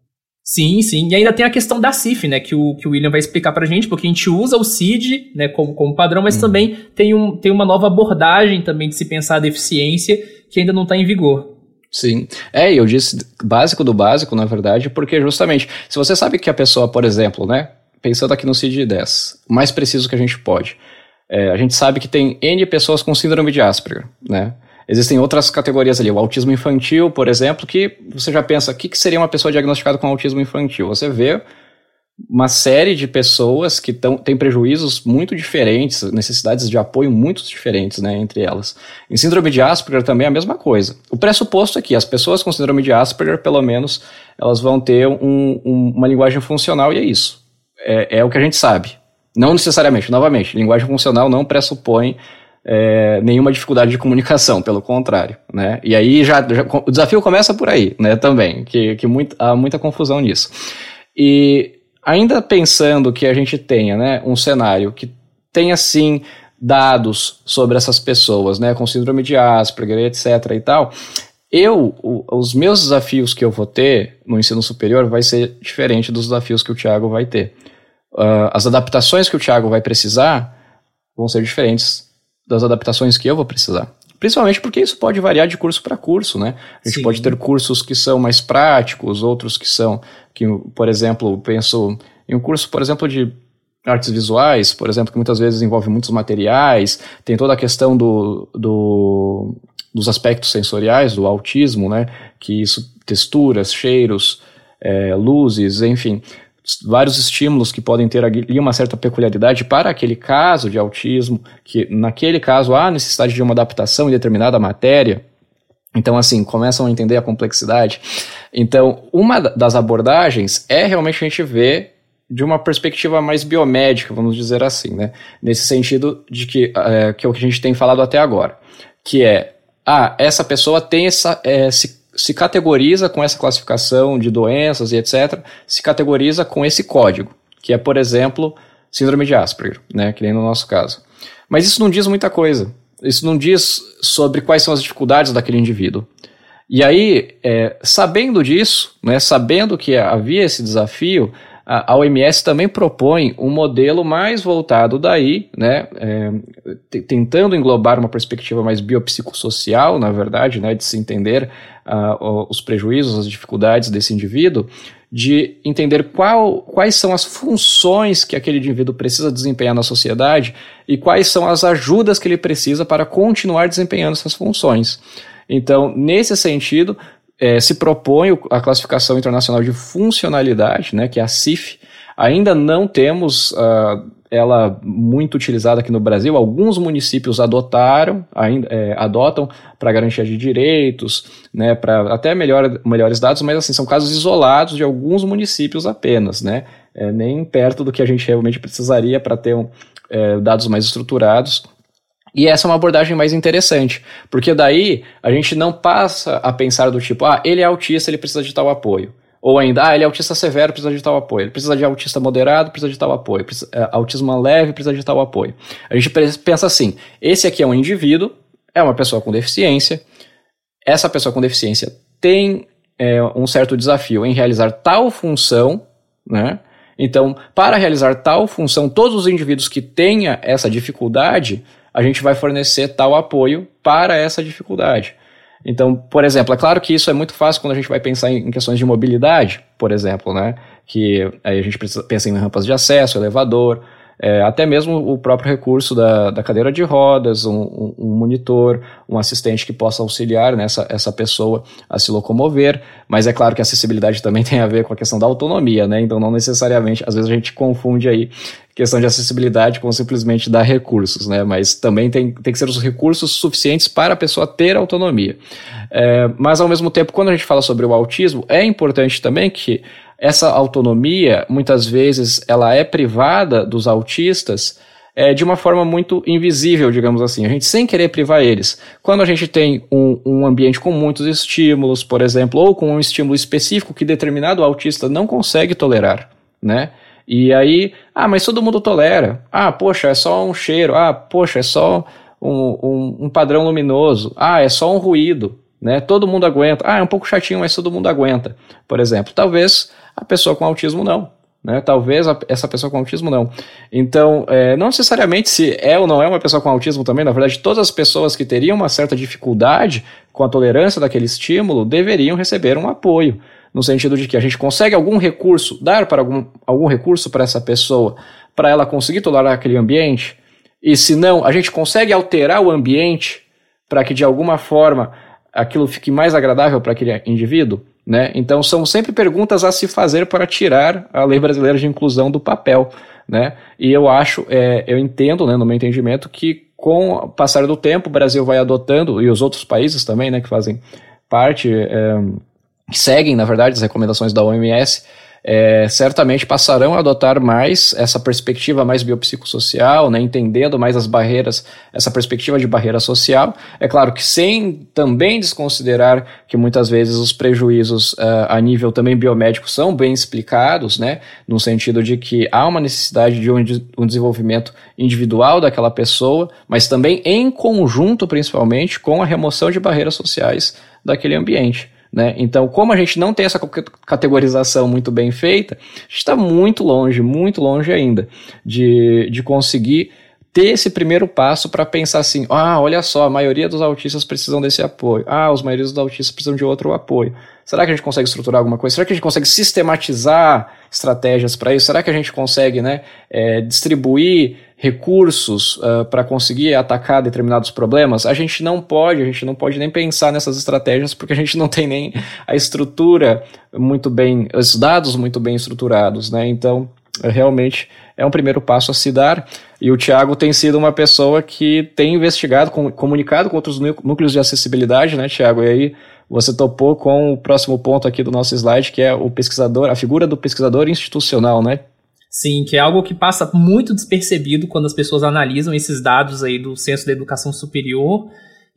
Sim, sim. E ainda tem a questão da C I F, né? Que o, que o William vai explicar pra gente, porque a gente usa o C I D, né, como, como padrão, mas hum. também tem, um, tem uma nova abordagem também de se pensar a deficiência que ainda não está em vigor. Sim. É, eu disse básico do básico, na verdade, porque justamente, se você sabe que a pessoa, por exemplo, né, pensando aqui no C I D dez, o mais preciso que a gente pode, é, a gente sabe que tem N pessoas com síndrome de Asperger, né? Existem outras categorias ali, o autismo infantil, por exemplo, que você já pensa, o que, que seria uma pessoa diagnosticada com autismo infantil? Você vê uma série de pessoas que tão, têm prejuízos muito diferentes, necessidades de apoio muito diferentes, né, entre elas. Em síndrome de Asperger também é a mesma coisa. O pressuposto é que as pessoas com síndrome de Asperger, pelo menos, elas vão ter um, um, uma linguagem funcional e é isso. É, é o que a gente sabe. Não necessariamente, novamente, linguagem funcional não pressupõe é, nenhuma dificuldade de comunicação, pelo contrário, né? E aí já, já o desafio começa por aí, né, também, que, que muito, há muita confusão nisso. E ainda pensando que a gente tenha, né, um cenário que tenha, sim, dados sobre essas pessoas, né, com síndrome de Asperger, etc e tal, eu, o, os meus desafios que eu vou ter no ensino superior vai ser diferente dos desafios que o Thiago vai ter. Uh, as adaptações que o Thiago vai precisar vão ser diferentes das adaptações que eu vou precisar. Principalmente porque isso pode variar de curso para curso, né? A gente Sim. pode ter cursos que são mais práticos, outros que são, que, por exemplo, penso em um curso, por exemplo, de artes visuais, por exemplo, que muitas vezes envolve muitos materiais, tem toda a questão do, do, dos aspectos sensoriais, do autismo, né? Que isso, texturas, cheiros, é, luzes, enfim, vários estímulos que podem ter ali uma certa peculiaridade para aquele caso de autismo, que naquele caso há necessidade de uma adaptação em determinada matéria. Então, assim, começam a entender a complexidade. Então, uma das abordagens é realmente a gente ver de uma perspectiva mais biomédica, vamos dizer assim, né? Nesse sentido de que, é, que é o que a gente tem falado até agora, que é, ah, essa pessoa tem essa, é, se se categoriza com essa classificação de doenças e etcétera, se categoriza com esse código, que é, por exemplo, síndrome de Asperger, né, que nem no nosso caso. Mas isso não diz muita coisa. Isso não diz sobre quais são as dificuldades daquele indivíduo. E aí, é, sabendo disso, né, sabendo que havia esse desafio, a, a O M S também propõe um modelo mais voltado daí, né, é, t- tentando englobar uma perspectiva mais biopsicossocial, na verdade, né, de se entender uh, os prejuízos, as dificuldades desse indivíduo, de entender qual, quais são as funções que aquele indivíduo precisa desempenhar na sociedade e quais são as ajudas que ele precisa para continuar desempenhando essas funções. Então, nesse sentido, É, se propõe a classificação internacional de funcionalidade, né, que é a C I F. Ainda não temos uh, ela muito utilizada aqui no Brasil. Alguns municípios adotaram, ainda, é, adotam para garantia de direitos, né, para até melhor, melhores dados, mas assim, são casos isolados de alguns municípios apenas, né, é, nem perto do que a gente realmente precisaria para ter um, é, dados mais estruturados. E essa é uma abordagem mais interessante, porque daí a gente não passa a pensar do tipo, ah, ele é autista, ele precisa de tal apoio. Ou ainda, ah, ele é autista severo, precisa de tal apoio. Ele precisa de autista moderado, precisa de tal apoio. Precisa, é, autismo leve, precisa de tal apoio. A gente pensa assim, esse aqui é um indivíduo, é uma pessoa com deficiência, essa pessoa com deficiência tem é, um certo desafio em realizar tal função, né? Então, para realizar tal função, todos os indivíduos que tenham essa dificuldade, a gente vai fornecer tal apoio para essa dificuldade. Então, por exemplo, é claro que isso é muito fácil quando a gente vai pensar em questões de mobilidade, por exemplo, né? Que aí a gente precisa, pensa em rampas de acesso, elevador, é, até mesmo o próprio recurso da, da cadeira de rodas, um, um, um monitor, um assistente que possa auxiliar nessa, essa pessoa a se locomover, mas é claro que a acessibilidade também tem a ver com a questão da autonomia, né? Então não necessariamente, às vezes a gente confunde aí questão de acessibilidade com simplesmente dar recursos, né? Mas também tem, tem que ser os recursos suficientes para a pessoa ter autonomia. É, mas ao mesmo tempo, quando a gente fala sobre o autismo, é importante também que essa autonomia, muitas vezes, ela é privada dos autistas é, de uma forma muito invisível, digamos assim. A gente sem querer privar eles. Quando a gente tem um, um ambiente com muitos estímulos, por exemplo, ou com um estímulo específico que determinado autista não consegue tolerar, né? E aí, ah, mas todo mundo tolera. Ah, poxa, é só um cheiro. Ah, poxa, é só um, um, um padrão luminoso. Ah, é só um ruído, né? Todo mundo aguenta. Ah, é um pouco chatinho, mas todo mundo aguenta. Por exemplo, talvez a pessoa com autismo não, né? Talvez a, essa pessoa com autismo não. Então, é, não necessariamente se é ou não é uma pessoa com autismo também, na verdade, todas as pessoas que teriam uma certa dificuldade com a tolerância daquele estímulo deveriam receber um apoio, no sentido de que a gente consegue algum recurso, dar para algum, algum recurso para essa pessoa, para ela conseguir tolerar aquele ambiente, e se não, a gente consegue alterar o ambiente para que de alguma forma aquilo fique mais agradável para aquele indivíduo? Né? Então são sempre perguntas a se fazer para tirar a Lei Brasileira de Inclusão do papel, né? E eu acho, é, eu entendo, né, no meu entendimento, que com o passar do tempo o Brasil vai adotando, e os outros países também, né, que fazem parte, é, que seguem, na verdade, as recomendações da O M S, É, certamente passarão a adotar mais essa perspectiva mais biopsicossocial, né, entendendo mais as barreiras, essa perspectiva de barreira social. É claro que sem também desconsiderar que muitas vezes os prejuízos uh, a nível também biomédico são bem explicados, né, no sentido de que há uma necessidade de um, de um desenvolvimento individual daquela pessoa, mas também em conjunto, principalmente, com a remoção de barreiras sociais daquele ambiente. Né? Então, como a gente não tem essa categorização muito bem feita, a gente está muito longe, muito longe ainda de, de conseguir ter esse primeiro passo para pensar assim, ah, olha só, a maioria dos autistas precisam desse apoio, ah, os maiores dos autistas precisam de outro apoio. Será que a gente consegue estruturar alguma coisa? Será que a gente consegue sistematizar estratégias para isso? Será que a gente consegue, né, é, distribuir recursos uh, para conseguir atacar determinados problemas? A gente não pode, a gente não pode nem pensar nessas estratégias porque a gente não tem nem a estrutura muito bem, os dados muito bem estruturados, né? Então, realmente é um primeiro passo a se dar, e o Thiago tem sido uma pessoa que tem investigado, com, comunicado com outros núcleos de acessibilidade, né, Thiago? E aí você topou com o próximo ponto aqui do nosso slide, que é o pesquisador, a figura do pesquisador institucional, né? Sim, que é algo que passa muito despercebido quando as pessoas analisam esses dados aí do Censo da Educação Superior,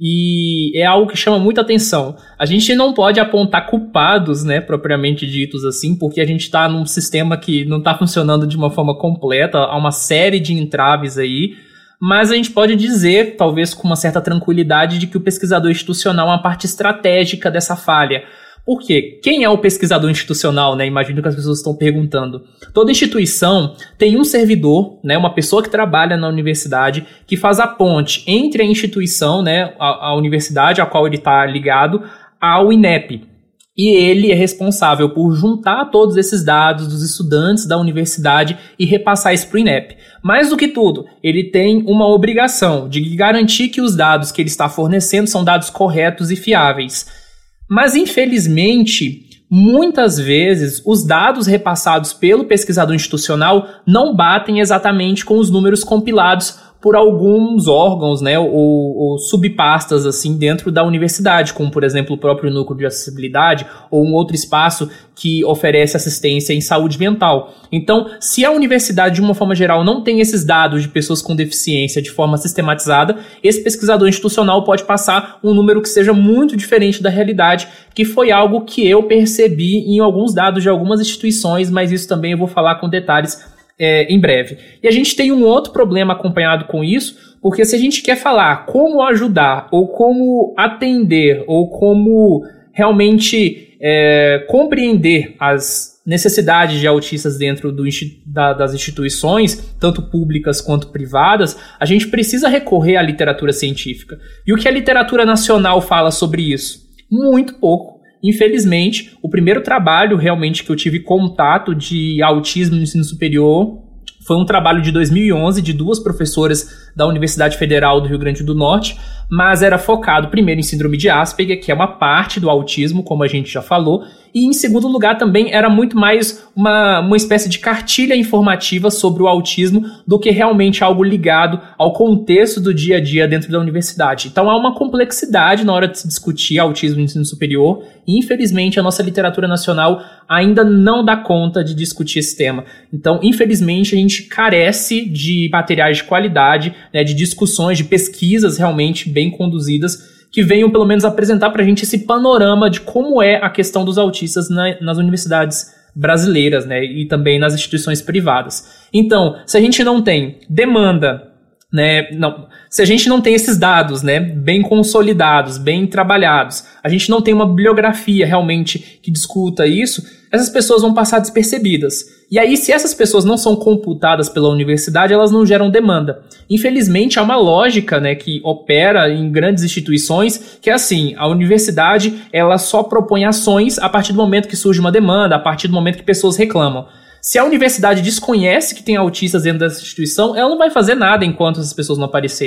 e é algo que chama muita atenção. A gente não pode apontar culpados, né, propriamente ditos assim, porque a gente está num sistema que não está funcionando de uma forma completa, há uma série de entraves aí, mas a gente pode dizer, talvez com uma certa tranquilidade, de que o pesquisador institucional é uma parte estratégica dessa falha. Por quê? Quem é o pesquisador institucional, né? Imagino que as pessoas estão perguntando. Toda instituição tem um servidor, né? Uma pessoa que trabalha na universidade, que faz a ponte entre a instituição, né? A, a universidade a qual ele está ligado, ao INEP. E ele é responsável por juntar todos esses dados dos estudantes da universidade e repassar isso para o INEP. Mais do que tudo, ele tem uma obrigação de garantir que os dados que ele está fornecendo são dados corretos e fiáveis. Mas, infelizmente, muitas vezes os dados repassados pelo pesquisador institucional não batem exatamente com os números compilados por alguns órgãos, né, ou, ou subpastas assim dentro da universidade, como por exemplo o próprio núcleo de acessibilidade ou um outro espaço que oferece assistência em saúde mental. Então, se a universidade de uma forma geral não tem esses dados de pessoas com deficiência de forma sistematizada, esse pesquisador institucional pode passar um número que seja muito diferente da realidade, que foi algo que eu percebi em alguns dados de algumas instituições, mas isso também eu vou falar com detalhes É, em breve. E a gente tem um outro problema acompanhado com isso, porque se a gente quer falar como ajudar, ou como atender, ou como realmente é, compreender as necessidades de autistas dentro do, da, das instituições, tanto públicas quanto privadas, a gente precisa recorrer à literatura científica. E o que a literatura nacional fala sobre isso? Muito pouco. Infelizmente, o primeiro trabalho realmente que eu tive contato de autismo no ensino superior foi um trabalho de dois mil e onze de duas professoras da Universidade Federal do Rio Grande do Norte, mas era focado primeiro em síndrome de Asperger, que é uma parte do autismo, como a gente já falou, e em segundo lugar também era muito mais uma, uma espécie de cartilha informativa sobre o autismo do que realmente algo ligado ao contexto do dia a dia dentro da universidade. Então há uma complexidade na hora de se discutir autismo no ensino superior e infelizmente a nossa literatura nacional ainda não dá conta de discutir esse tema. Então infelizmente a gente carece de materiais de qualidade, né, de discussões, de pesquisas realmente bem conduzidas que venham pelo menos apresentar para a gente esse panorama de como é a questão dos autistas na, nas universidades brasileiras, né, e também nas instituições privadas. Então, se a gente não tem demanda, né, não, se a gente não tem esses dados, né, bem consolidados, bem trabalhados, a gente não tem uma bibliografia realmente que discuta isso, essas pessoas vão passar despercebidas. E aí, se essas pessoas não são computadas pela universidade, elas não geram demanda. Infelizmente, há uma lógica, né, que opera em grandes instituições, que é assim, a universidade ela só propõe ações a partir do momento que surge uma demanda, a partir do momento que pessoas reclamam. Se a universidade desconhece que tem autistas dentro dessa instituição, ela não vai fazer nada enquanto essas pessoas não aparecerem.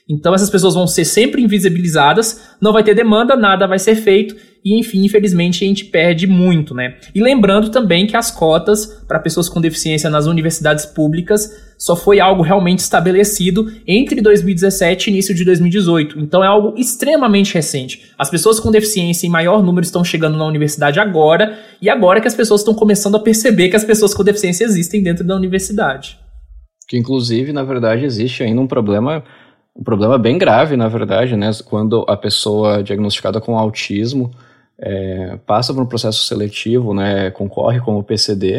Então essas pessoas vão ser sempre invisibilizadas, não vai ter demanda, nada vai ser feito e, enfim, infelizmente a gente perde muito, né? E lembrando também que as cotas para pessoas com deficiência nas universidades públicas só foi algo realmente estabelecido entre dois mil e dezessete e início de dois mil e dezoito. Então é algo extremamente recente. As pessoas com deficiência em maior número estão chegando na universidade agora e agora que as pessoas estão começando a perceber que as pessoas com deficiência existem dentro da universidade. Que inclusive, na verdade, existe ainda um problema... Um problema bem grave, na verdade, né? Quando a pessoa diagnosticada com autismo é, passa por um processo seletivo, né? Concorre como P C D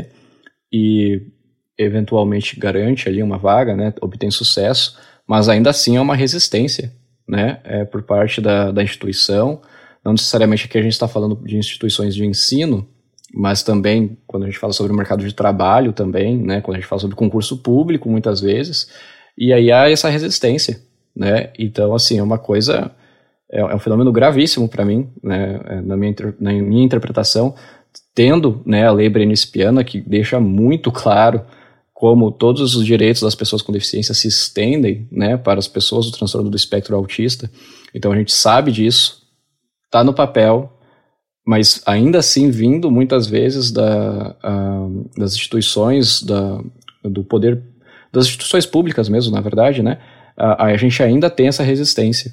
e eventualmente garante ali uma vaga, né? Obtém sucesso, mas ainda assim é uma resistência, né? É, por parte da, da instituição. Não necessariamente aqui a gente está falando de instituições de ensino, mas também quando a gente fala sobre o mercado de trabalho também, né? Quando a gente fala sobre concurso público, muitas vezes, e aí há essa resistência. Né? Então, assim, é uma coisa, é, é um fenômeno gravíssimo para mim, né? na, minha, na minha interpretação, tendo, né, a lei Brenispiana, que deixa muito claro como todos os direitos das pessoas com deficiência se estendem, né, para as pessoas do transtorno do espectro autista. Então a gente sabe disso, está no papel, mas ainda assim vindo muitas vezes da, a, das instituições, da, do poder, das instituições públicas mesmo, na verdade, né? A, a gente ainda tem essa resistência.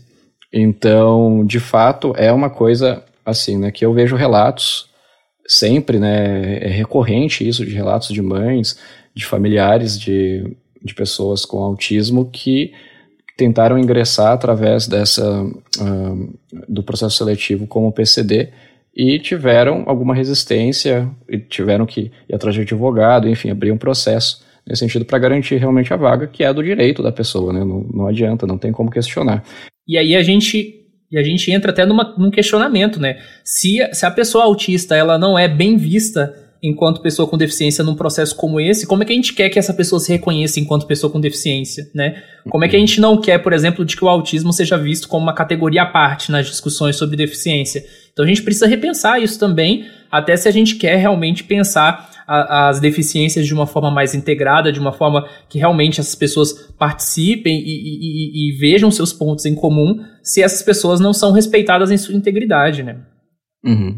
Então, de fato, é uma coisa assim, né, que eu vejo relatos sempre, né, é recorrente isso, de relatos de mães, de familiares de, de pessoas com autismo que tentaram ingressar através dessa, uh, do processo seletivo como P C D e tiveram alguma resistência, e tiveram que ir atrás de advogado, enfim, abrir um processo nesse sentido para garantir realmente a vaga, que é do direito da pessoa, né? Não, não adianta, não tem como questionar. E aí a gente, e a gente entra até numa, num questionamento, né? Se, se a pessoa autista ela não é bem vista enquanto pessoa com deficiência num processo como esse, como é que a gente quer que essa pessoa se reconheça enquanto pessoa com deficiência, né? Como é que a gente não quer, por exemplo, de que o autismo seja visto como uma categoria à parte nas discussões sobre deficiência? Então a gente precisa repensar isso também, até se a gente quer realmente pensar a, as deficiências de uma forma mais integrada, de uma forma que realmente essas pessoas participem e, e, e, e vejam seus pontos em comum, se essas pessoas não são respeitadas em sua integridade, né? Uhum.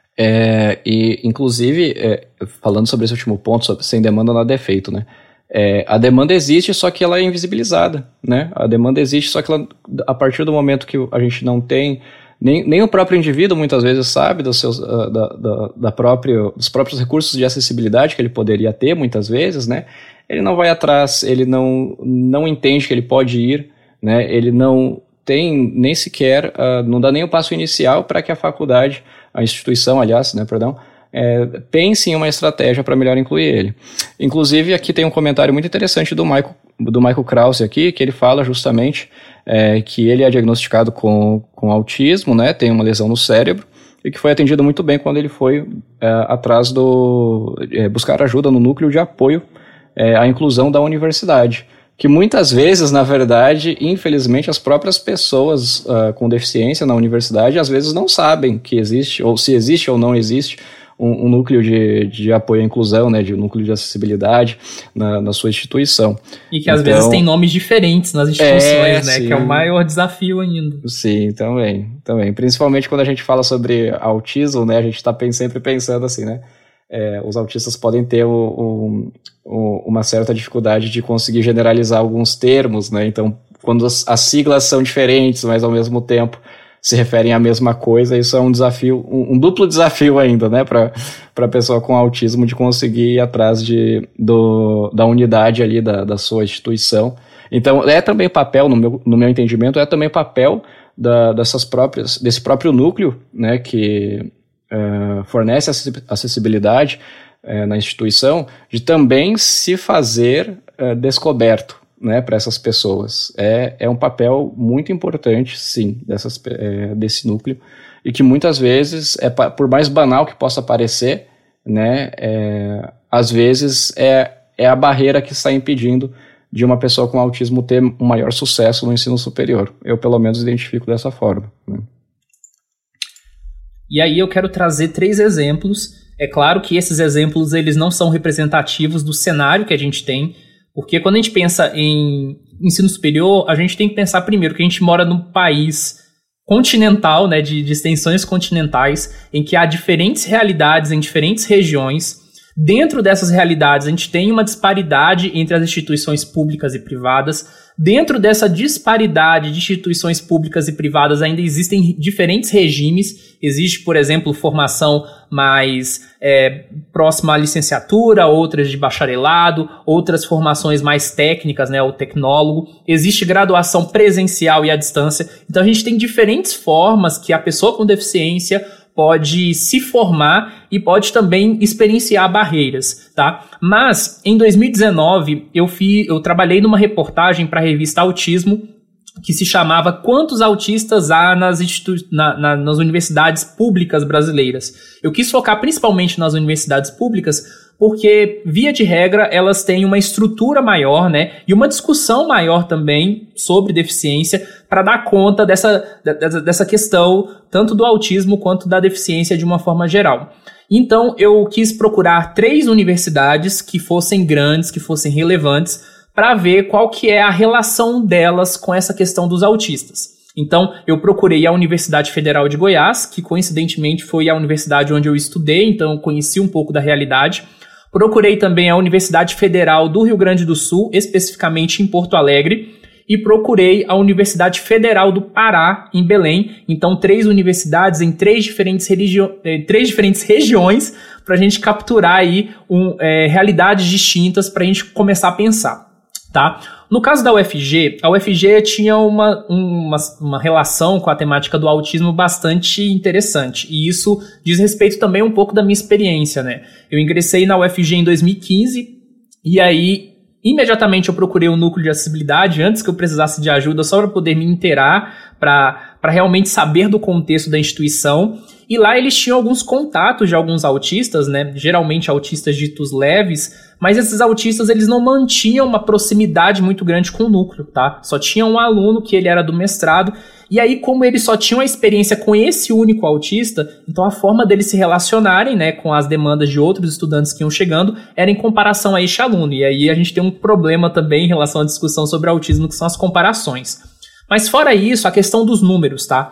É, e, inclusive, é, falando sobre esse último ponto, sobre sem demanda nada é feito, né? É, a demanda existe, só que ela é invisibilizada, né? A demanda existe, só que ela, a partir do momento que a gente não tem, nem, nem o próprio indivíduo muitas vezes sabe dos, seus, da, da, da próprio, dos próprios recursos de acessibilidade que ele poderia ter muitas vezes, né? Ele não vai atrás, ele não, não entende que ele pode ir, né? Ele não tem nem sequer, uh, não dá nem o passo inicial para que a faculdade, a instituição, aliás, né, perdão, é, pense em uma estratégia para melhor incluir ele. Inclusive, aqui tem um comentário muito interessante do Michael, do Michael Krause aqui, que ele fala justamente é, que ele é diagnosticado com, com autismo, né, tem uma lesão no cérebro, e que foi atendido muito bem quando ele foi é, atrás do... É, buscar ajuda no núcleo de apoio é, à inclusão da universidade. Que muitas vezes, na verdade, infelizmente, as próprias pessoas uh, com deficiência na universidade, às vezes não sabem que existe, ou se existe ou não existe, um, um núcleo de, de apoio à inclusão, né, de um núcleo de acessibilidade na, na sua instituição. E que às então, vezes tem nomes diferentes nas instituições, é, né, sim, que é o maior desafio ainda. Sim, também, também. Principalmente quando a gente fala sobre autismo, né, a gente está sempre pensando assim, né, É, os autistas podem ter o, o, o, uma certa dificuldade de conseguir generalizar alguns termos, né? Então, quando as, as siglas são diferentes, mas ao mesmo tempo se referem à mesma coisa, isso é um desafio, um, um duplo desafio ainda, né? Para a pessoa com autismo de conseguir ir atrás de, do, da unidade ali da, da sua instituição. Então, é também papel, no meu, no meu entendimento, é também papel da, dessas próprias, desse próprio núcleo, né? Que Uh, fornece acessibilidade uh, na instituição, de também se fazer uh, descoberto, né, para essas pessoas. É, é um papel muito importante, sim, dessas, uh, desse núcleo, e que muitas vezes, é, por mais banal que possa parecer, né, é, às vezes é, é a barreira que está impedindo de uma pessoa com autismo ter um maior sucesso no ensino superior. Eu, pelo menos, identifico dessa forma, né. E aí eu quero trazer três exemplos. É claro que esses exemplos eles não são representativos do cenário que a gente tem, porque quando a gente pensa em ensino superior, a gente tem que pensar primeiro que a gente mora num país continental, né, de, de extensões continentais, em que há diferentes realidades em diferentes regiões. Dentro dessas realidades, a gente tem uma disparidade entre as instituições públicas e privadas. Dentro dessa disparidade de instituições públicas e privadas, ainda existem diferentes regimes. Existe, por exemplo, formação mais é, próxima à licenciatura, outras de bacharelado, outras formações mais técnicas, né, o tecnólogo. Existe graduação presencial e à distância. Então, a gente tem diferentes formas que a pessoa com deficiência pode se formar e pode também experienciar barreiras, tá? Mas, em dois mil e dezenove, eu, fui, eu trabalhei numa reportagem para a revista Autismo, que se chamava Quantos Autistas Há nas, institu- na, na, nas Universidades Públicas Brasileiras? Eu quis focar principalmente nas universidades públicas, porque, via de regra, elas têm uma estrutura maior, né, e uma discussão maior também sobre deficiência para dar conta dessa, dessa, dessa questão, tanto do autismo quanto da deficiência de uma forma geral. Então, eu quis procurar três universidades que fossem grandes, que fossem relevantes, para ver qual que é a relação delas com essa questão dos autistas. Então, eu procurei a Universidade Federal de Goiás, que coincidentemente foi a universidade onde eu estudei, então eu conheci um pouco da realidade. Procurei também a Universidade Federal do Rio Grande do Sul, especificamente em Porto Alegre, e procurei a Universidade Federal do Pará, em Belém. Então, três universidades em três diferentes, religio- eh, três diferentes regiões para a gente capturar aí um, eh, realidades distintas para a gente começar a pensar. Tá? No caso da U F G, a U F G tinha uma, uma, uma relação com a temática do autismo bastante interessante, e isso diz respeito também um pouco da minha experiência, né? Eu ingressei na U F G em dois mil e quinze, e aí imediatamente eu procurei o núcleo de acessibilidade antes que eu precisasse de ajuda, só para poder me inteirar, para para realmente saber do contexto da instituição. E lá eles tinham alguns contatos de alguns autistas, né? Geralmente autistas ditos leves, mas esses autistas eles não mantinham uma proximidade muito grande com o núcleo, tá? Só tinha um aluno que ele era do mestrado, e aí como eles só tinham a experiência com esse único autista, então a forma deles se relacionarem, né, com as demandas de outros estudantes que iam chegando era em comparação a este aluno. E aí a gente tem um problema também em relação à discussão sobre autismo, que são as comparações. Mas fora isso, a questão dos números, tá?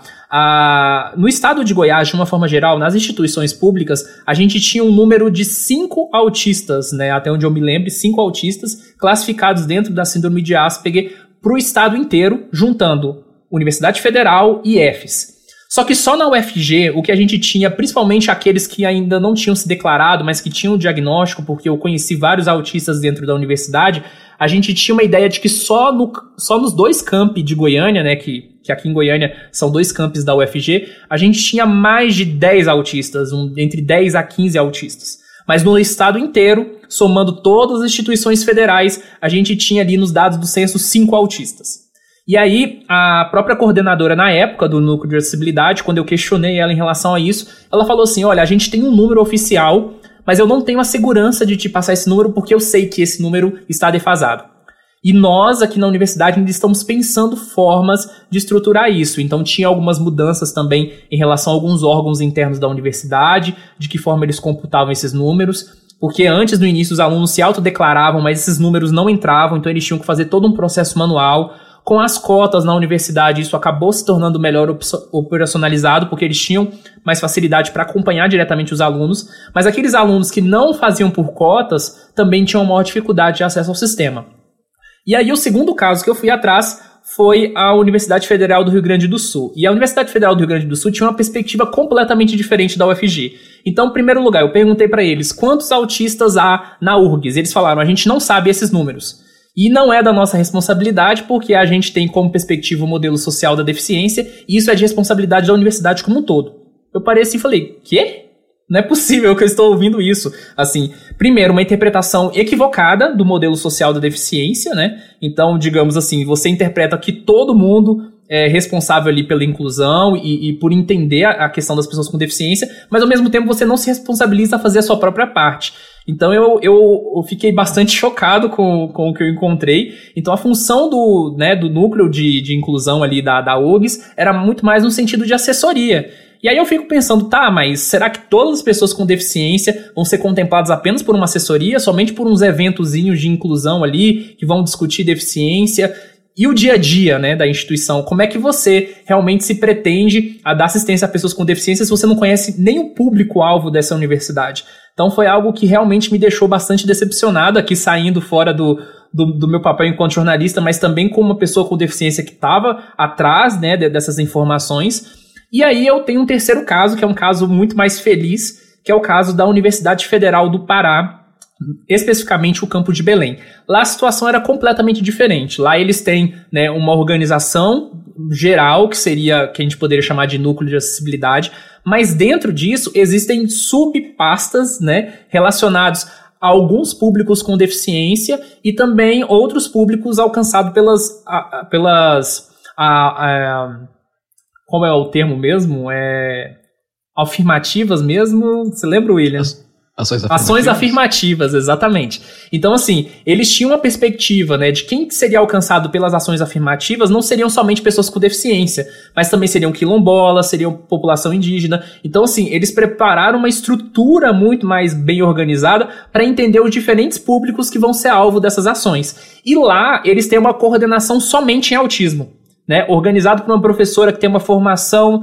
Ah, no estado de Goiás, de uma forma geral, nas instituições públicas, a gente tinha um número de cinco autistas, né? Até onde eu me lembro, cinco autistas classificados dentro da síndrome de Asperger para o estado inteiro, juntando Universidade Federal e I F S. Só que só na U F G, o que a gente tinha, principalmente aqueles que ainda não tinham se declarado, mas que tinham o diagnóstico, porque eu conheci vários autistas dentro da universidade, a gente tinha uma ideia de que só, no, só nos dois campi de Goiânia, né, que, que aqui em Goiânia são dois campos da U F G, a gente tinha mais de dez autistas, um, entre dez a quinze autistas. Mas no estado inteiro, somando todas as instituições federais, a gente tinha ali nos dados do censo cinco autistas. E aí, a própria coordenadora na época do núcleo de acessibilidade, quando eu questionei ela em relação a isso, ela falou assim, olha, a gente tem um número oficial, mas eu não tenho a segurança de te passar esse número porque eu sei que esse número está defasado. E nós, aqui na universidade, ainda estamos pensando formas de estruturar isso. Então, tinha algumas mudanças também em relação a alguns órgãos internos da universidade, de que forma eles computavam esses números, porque antes, no início, os alunos se autodeclaravam, mas esses números não entravam, então eles tinham que fazer todo um processo manual. Com as cotas na universidade, isso acabou se tornando melhor operacionalizado, porque eles tinham mais facilidade para acompanhar diretamente os alunos, mas aqueles alunos que não faziam por cotas também tinham maior dificuldade de acesso ao sistema. E aí o segundo caso que eu fui atrás foi a Universidade Federal do Rio Grande do Sul. E a Universidade Federal do Rio Grande do Sul tinha uma perspectiva completamente diferente da U F G. Então, em primeiro lugar, eu perguntei para eles quantos autistas há na U R G S. Eles falaram, a gente não sabe esses números. E não é da nossa responsabilidade, porque a gente tem como perspectiva o modelo social da deficiência, e isso é de responsabilidade da universidade como um todo. Eu parei assim e falei, quê? Não é possível que eu estou ouvindo isso. Assim, primeiro, uma interpretação equivocada do modelo social da deficiência, né? Então, digamos assim, você interpreta que todo mundo é responsável ali pela inclusão e, e por entender a, a questão das pessoas com deficiência, mas ao mesmo tempo você não se responsabiliza a fazer a sua própria parte. Então eu, eu, eu fiquei bastante chocado com, com o que eu encontrei. Então a função do, né, do núcleo de, de inclusão ali da, da U G S era muito mais no sentido de assessoria. E aí eu fico pensando, tá, mas será que todas as pessoas com deficiência vão ser contempladas apenas por uma assessoria, somente por uns eventozinhos de inclusão ali, que vão discutir deficiência? E o dia a dia, né, da instituição? Como é que você realmente se pretende a dar assistência a pessoas com deficiência se você não conhece nem o público-alvo dessa universidade? Então foi algo que realmente me deixou bastante decepcionado aqui, saindo fora do, do, do meu papel enquanto jornalista, mas também como uma pessoa com deficiência que estava atrás, né, dessas informações. E aí eu tenho um terceiro caso, que é um caso muito mais feliz, que é o caso da Universidade Federal do Pará, especificamente o Campo de Belém. Lá a situação era completamente diferente. Lá eles têm, né, uma organização geral, que seria, que a gente poderia chamar de núcleo de acessibilidade, mas dentro disso existem subpastas, né, relacionados a alguns públicos com deficiência e também outros públicos alcançados pelas... A, a, pelas a, a, como é o termo mesmo? É, afirmativas mesmo? Você lembra, William? Ações afirmativas. Ações afirmativas, exatamente. Então, assim, eles tinham uma perspectiva, né, de quem seria alcançado pelas ações afirmativas não seriam somente pessoas com deficiência, mas também seriam quilombolas, seriam população indígena. Então, assim, eles prepararam uma estrutura muito mais bem organizada para entender os diferentes públicos que vão ser alvo dessas ações. E lá, eles têm uma coordenação somente em autismo, né, organizado por uma professora que tem uma formação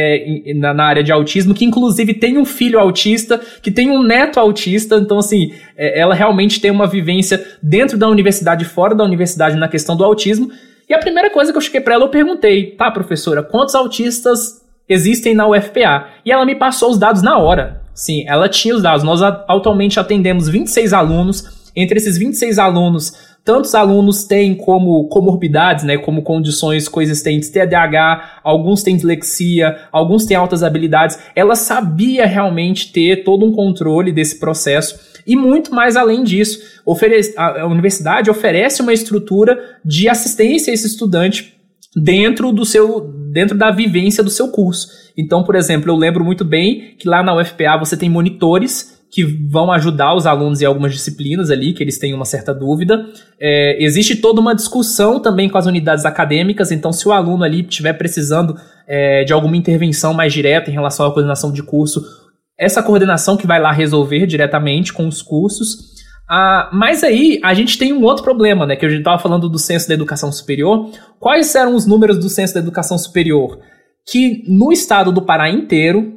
é, na, na área de autismo, que inclusive tem um filho autista, que tem um neto autista. Então, assim, é, ela realmente tem uma vivência dentro da universidade e fora da universidade na questão do autismo. E a primeira coisa que eu cheguei para ela, eu perguntei: tá, professora, quantos autistas existem na U F P A? E ela me passou os dados na hora. Sim, ela tinha os dados. Nós atualmente atendemos vinte e seis alunos. Entre esses vinte e seis alunos, tantos alunos têm como comorbidades, né, como condições coexistentes, T D A H, alguns têm dislexia, alguns têm altas habilidades. Ela sabia realmente ter todo um controle desse processo e muito mais além disso. Oferece, a, a universidade oferece uma estrutura de assistência a esse estudante dentro do seu, dentro da vivência do seu curso. Então, por exemplo, eu lembro muito bem que lá na U F P A você tem monitores que vão ajudar os alunos em algumas disciplinas ali, que eles têm uma certa dúvida. É, existe toda uma discussão também com as unidades acadêmicas, então se o aluno ali estiver precisando é, de alguma intervenção mais direta em relação à coordenação de curso, essa coordenação que vai lá resolver diretamente com os cursos. Ah, mas aí a gente tem um outro problema, né, que a gente estava falando do Censo da Educação Superior. Quais eram os números do Censo da Educação Superior? Que no estado do Pará inteiro,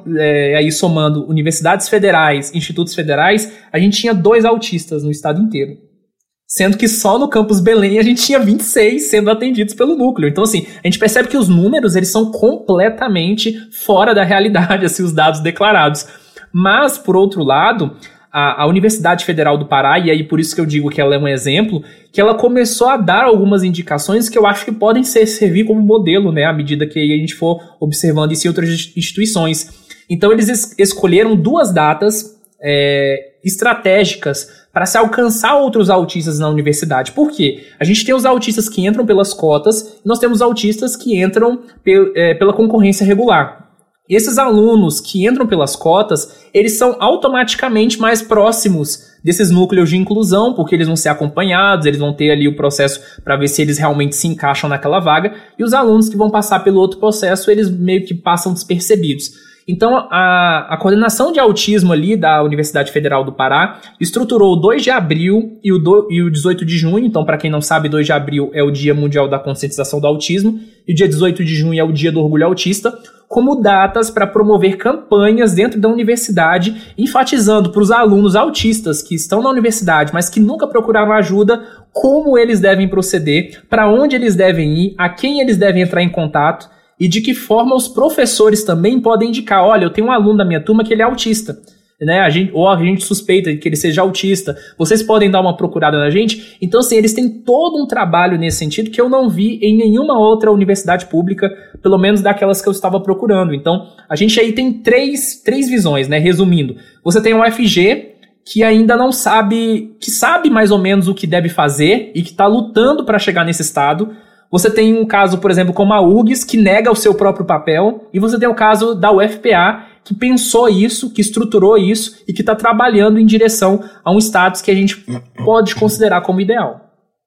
É, aí somando universidades federais, institutos federais, a gente tinha dois autistas no estado inteiro. Sendo que só no campus Belém a gente tinha vinte e seis sendo atendidos pelo núcleo. Então, assim, a gente percebe que os números, eles são completamente fora da realidade, assim, os dados declarados. Mas, por outro lado, a, a Universidade Federal do Pará, e aí por isso que eu digo que ela é um exemplo, que ela começou a dar algumas indicações que eu acho que podem ser, servir como modelo, né, à medida que a gente for observando isso em outras instituições. Então eles es- escolheram duas datas é, estratégicas para se alcançar outros autistas na universidade. Por quê? A gente tem os autistas que entram pelas cotas e nós temos autistas que entram pe- é, pela concorrência regular. Esses alunos que entram pelas cotas, eles são automaticamente mais próximos desses núcleos de inclusão, porque eles vão ser acompanhados, eles vão ter ali o processo para ver se eles realmente se encaixam naquela vaga, e os alunos que vão passar pelo outro processo, eles meio que passam despercebidos. Então, a, a coordenação de autismo ali da Universidade Federal do Pará estruturou o dois de abril e o, do, e o dezoito de junho. Então, para quem não sabe, dois de abril é o Dia Mundial da Conscientização do Autismo e o dia dezoito de junho é o Dia do Orgulho Autista, como datas para promover campanhas dentro da universidade, enfatizando para os alunos autistas que estão na universidade, mas que nunca procuraram ajuda, como eles devem proceder, para onde eles devem ir, a quem eles devem entrar em contato, e de que forma os professores também podem indicar: olha, eu tenho um aluno da minha turma que ele é autista, né? A gente, ou a gente suspeita que ele seja autista, vocês podem dar uma procurada na gente. Então, assim, eles têm todo um trabalho nesse sentido que eu não vi em nenhuma outra universidade pública, pelo menos daquelas que eu estava procurando. Então, a gente aí tem três, três visões, né? Resumindo, você tem o U F G, que ainda não sabe, que sabe mais ou menos o que deve fazer e que está lutando para chegar nesse estado. Você tem um caso, por exemplo, como a U G S, que nega o seu próprio papel, e você tem o caso da U F P A, que pensou isso, que estruturou isso e que está trabalhando em direção a um status que a gente pode considerar como ideal.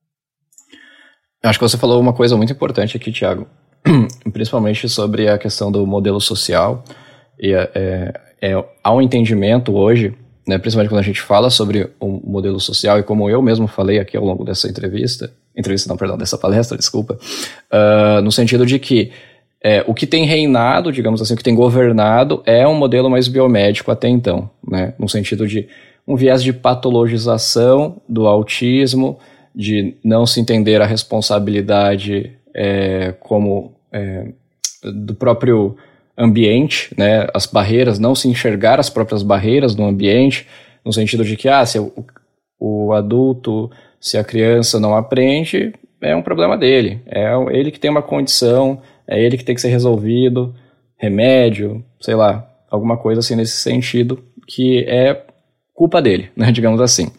Acho que você falou uma coisa muito importante aqui, Thiago, principalmente sobre a questão do modelo social. E é, é, há um entendimento hoje, né, principalmente quando a gente fala sobre o modelo social, e como eu mesmo falei aqui ao longo dessa entrevista, entrevista não, perdão, dessa palestra, desculpa, uh, no sentido de que é, o que tem reinado, digamos assim, o que tem governado é um modelo mais biomédico até então, né? No sentido de um viés de patologização do autismo, de não se entender a responsabilidade é, como é, do próprio ambiente, né? As barreiras, não se enxergar as próprias barreiras no ambiente, no sentido de que, ah, se o, o adulto, se a criança não aprende, é um problema dele, é ele que tem uma condição, é ele que tem que ser resolvido, remédio, sei lá, alguma coisa assim nesse sentido, que é culpa dele, né, digamos assim.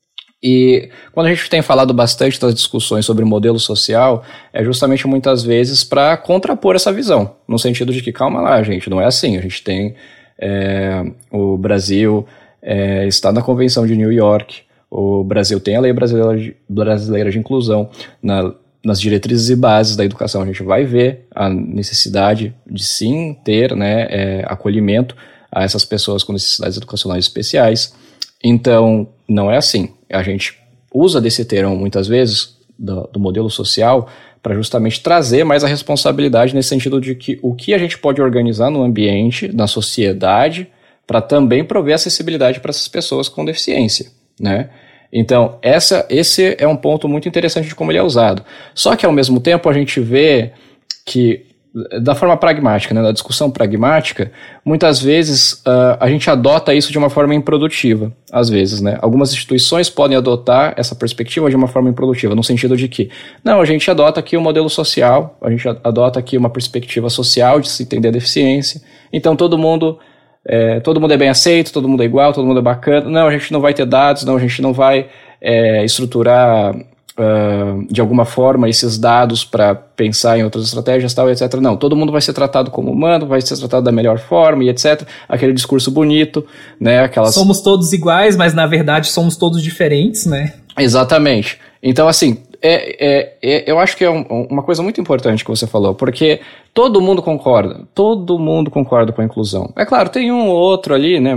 E quando a gente tem falado bastante das discussões sobre modelo social, é justamente muitas vezes para contrapor essa visão, no sentido de que, calma lá, gente, não é assim. A gente tem é, o Brasil é, está na Convenção de New York, o Brasil tem a Lei Brasileira de, brasileira de Inclusão, na, nas diretrizes e bases da educação a gente vai ver a necessidade de sim ter, né, é, acolhimento a essas pessoas com necessidades educacionais especiais. Então, não é assim. A gente usa desse termo, muitas vezes, do, do modelo social, para justamente trazer mais a responsabilidade nesse sentido de que o que a gente pode organizar no ambiente, na sociedade, para também prover acessibilidade para essas pessoas com deficiência, né? Então, essa, esse é um ponto muito interessante de como ele é usado. Só que, ao mesmo tempo, a gente vê que, da forma pragmática, né, da discussão pragmática, muitas vezes uh, a gente adota isso de uma forma improdutiva, às vezes, né? Algumas instituições podem adotar essa perspectiva de uma forma improdutiva, no sentido de que, não, a gente adota aqui um modelo social, a gente adota aqui uma perspectiva social de se entender a deficiência, então todo mundo, é, todo mundo é bem aceito, todo mundo é igual, todo mundo é bacana, não, a gente não vai ter dados, não, a gente não vai é, estruturar Uh, de alguma forma esses dados para pensar em outras estratégias, tal, etcétera. Não, todo mundo vai ser tratado como humano, vai ser tratado da melhor forma e etcétera. Aquele discurso bonito, né? Aquelas... Somos todos iguais, mas na verdade somos todos diferentes, né? Exatamente. Então, assim, é, é, é, eu acho que é um, uma coisa muito importante que você falou, porque todo mundo concorda, todo mundo concorda com a inclusão. É claro, tem um ou outro ali, né?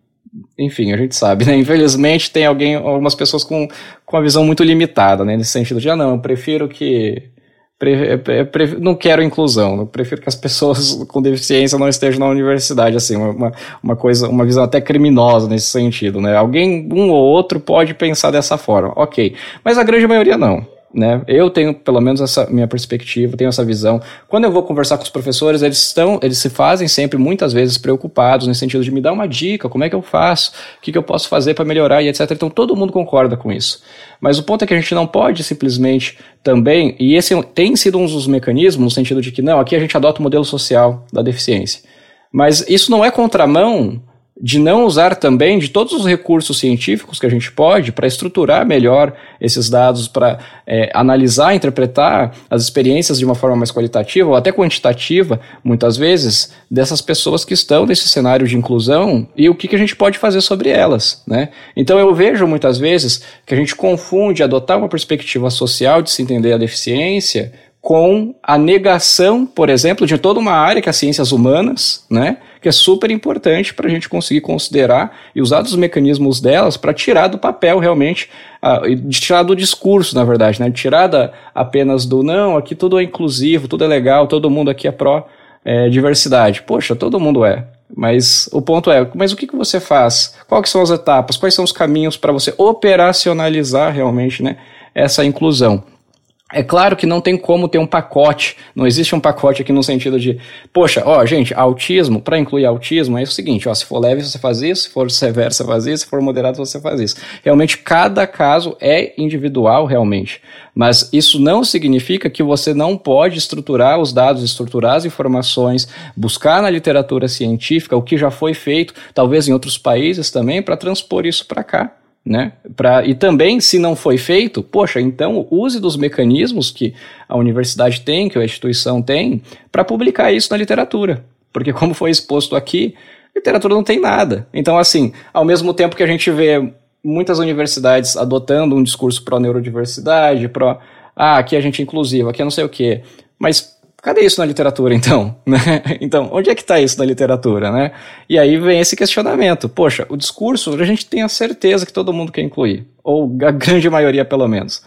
Enfim, a gente sabe, né? Infelizmente tem alguém, algumas pessoas com, com a visão muito limitada, né? Nesse sentido de, ah, não, eu prefiro que... Pre, pre, pre, não quero inclusão, eu prefiro que as pessoas com deficiência não estejam na universidade, assim, uma, uma coisa, uma visão até criminosa nesse sentido, né? Alguém, um ou outro pode pensar dessa forma, ok. Mas a grande maioria não. Né? Eu tenho pelo menos essa minha perspectiva, tenho essa visão. Quando eu vou conversar com os professores, eles estão, eles se fazem sempre muitas vezes preocupados no sentido de me dar uma dica, como é que eu faço, o que, que eu posso fazer para melhorar e etcétera. Então todo mundo concorda com isso. Mas o ponto é que a gente não pode simplesmente também, e esse tem sido um dos mecanismos no sentido de que não, aqui a gente adota o modelo social da deficiência. Mas isso não é contramão de não usar também de todos os recursos científicos que a gente pode para estruturar melhor esses dados, para é, analisar, interpretar as experiências de uma forma mais qualitativa ou até quantitativa, muitas vezes, dessas pessoas que estão nesse cenário de inclusão e o que, que a gente pode fazer sobre elas, né? Então eu vejo muitas vezes que a gente confunde adotar uma perspectiva social de se entender a deficiência com a negação, por exemplo, de toda uma área que é as ciências humanas, né, que é super importante para a gente conseguir considerar e usar dos mecanismos delas para tirar do papel realmente, uh, de tirar do discurso, na verdade, né, de tirar da, apenas do não, aqui tudo é inclusivo, tudo é legal, todo mundo aqui é pró-diversidade. Poxa, todo mundo é. Mas o ponto é, mas o que, que você faz? Quais que são as etapas? Quais são os caminhos para você operacionalizar realmente, né, essa inclusão? É claro que não tem como ter um pacote, não existe um pacote aqui no sentido de, poxa, ó, gente, autismo, para incluir autismo, é o seguinte, ó, se for leve você faz isso, se for severo você faz isso, se for moderado você faz isso. Realmente, cada caso é individual, realmente, mas isso não significa que você não pode estruturar os dados, estruturar as informações, buscar na literatura científica o que já foi feito, talvez em outros países também, para transpor isso para cá. Né? Pra, e também, se não foi feito, poxa, então use dos mecanismos que a universidade tem, que a instituição tem, para publicar isso na literatura. Porque como foi exposto aqui, literatura não tem nada. Então, assim, ao mesmo tempo que a gente vê muitas universidades adotando um discurso pró-neurodiversidade, pró, ah, aqui a gente é inclusivo, aqui é não sei o quê, mas cadê isso na literatura, então? Então, onde é que está isso na literatura, né? E aí vem esse questionamento. Poxa, o discurso, a gente tem a certeza que todo mundo quer incluir, ou a grande maioria, pelo menos.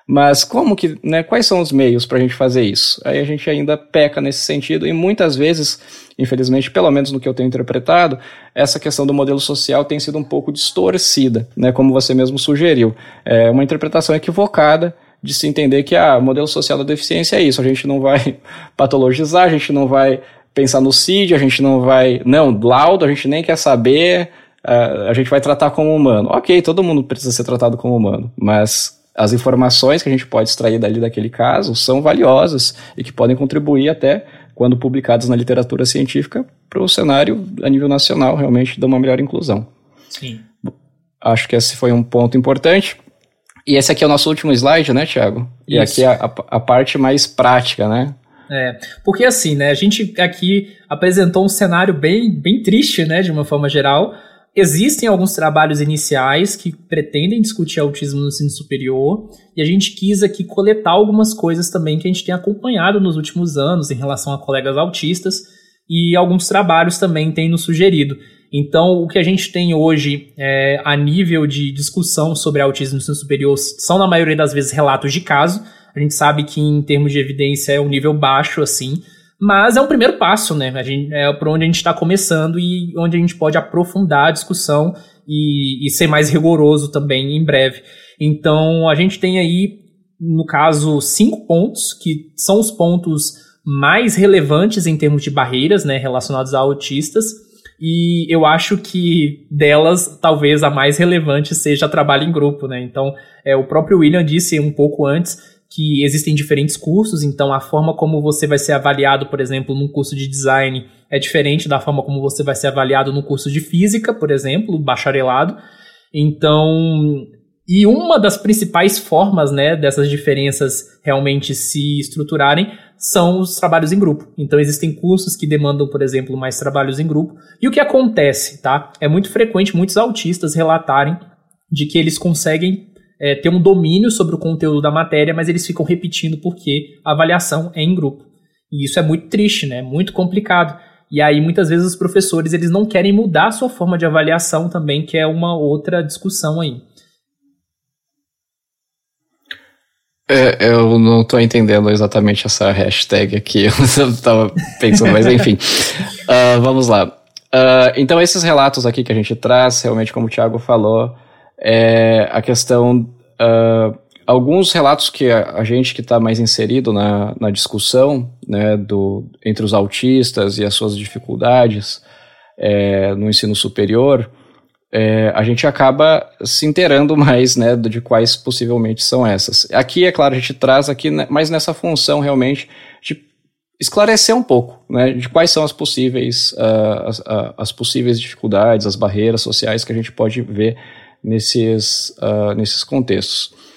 Mas como que, né, quais são os meios para a gente fazer isso? Aí a gente ainda peca nesse sentido e muitas vezes, infelizmente, pelo menos no que eu tenho interpretado, essa questão do modelo social tem sido um pouco distorcida, né, como você mesmo sugeriu. É uma interpretação equivocada de se entender que ah, o modelo social da deficiência é isso, a gente não vai patologizar, a gente não vai pensar no C I D, a gente não vai... Não, laudo, a gente nem quer saber, uh, a gente vai tratar como humano. Ok, todo mundo precisa ser tratado como humano, mas... as informações que a gente pode extrair dali daquele caso são valiosas e que podem contribuir até, quando publicadas na literatura científica, para o cenário a nível nacional, realmente, de uma melhor inclusão. Sim. Acho que esse foi um ponto importante. E esse aqui é o nosso último slide, né, Thiago? E Isso. aqui é a, a parte mais prática, né? É, porque assim, né, a gente aqui apresentou um cenário bem, bem triste, né, de uma forma geral. Existem alguns trabalhos iniciais que pretendem discutir autismo no ensino superior e a gente quis aqui coletar algumas coisas também que a gente tem acompanhado nos últimos anos em relação a colegas autistas e alguns trabalhos também têm nos sugerido. Então, o que a gente tem hoje é, a nível de discussão sobre autismo no ensino superior são, na maioria das vezes, relatos de caso. A gente sabe que, em termos de evidência, é um nível baixo, assim, mas é um primeiro passo, né? A gente, é por onde a gente está começando e onde a gente pode aprofundar a discussão e, e ser mais rigoroso também em breve. Então, a gente tem aí, no caso, cinco pontos, que são os pontos mais relevantes em termos de barreiras, né, relacionados a autistas. E eu acho que delas, talvez a mais relevante seja trabalho em grupo, né? Então, é, o próprio William disse um pouco antes que existem diferentes cursos, então a forma como você vai ser avaliado, por exemplo, num curso de design é diferente da forma como você vai ser avaliado no curso de física, por exemplo, bacharelado. Então, e uma das principais formas, né, dessas diferenças realmente se estruturarem são os trabalhos em grupo. Então, existem cursos que demandam, por exemplo, mais trabalhos em grupo. E o que acontece, tá? É muito frequente muitos autistas relatarem de que eles conseguem É, ter um domínio sobre o conteúdo da matéria, mas eles ficam repetindo porque a avaliação é em grupo. E isso é muito triste, né? Muito complicado. E aí, muitas vezes, os professores eles não querem mudar a sua forma de avaliação também, que é uma outra discussão aí. É, eu não estou entendendo exatamente essa hashtag aqui, eu estava pensando, mas enfim. Uh, vamos lá. Uh, então, esses relatos aqui que a gente traz, realmente, como o Thiago falou, é a questão, uh, alguns relatos que a, a gente que está mais inserido na, na discussão, né, do, entre os autistas e as suas dificuldades é, no ensino superior, é, a gente acaba se inteirando mais, né, de quais possivelmente são essas. Aqui, é claro, a gente traz aqui mais nessa função realmente de esclarecer um pouco, né, de quais são as possíveis, uh, as, uh, as possíveis dificuldades, as barreiras sociais que a gente pode ver nesses, uh, nesses contextos.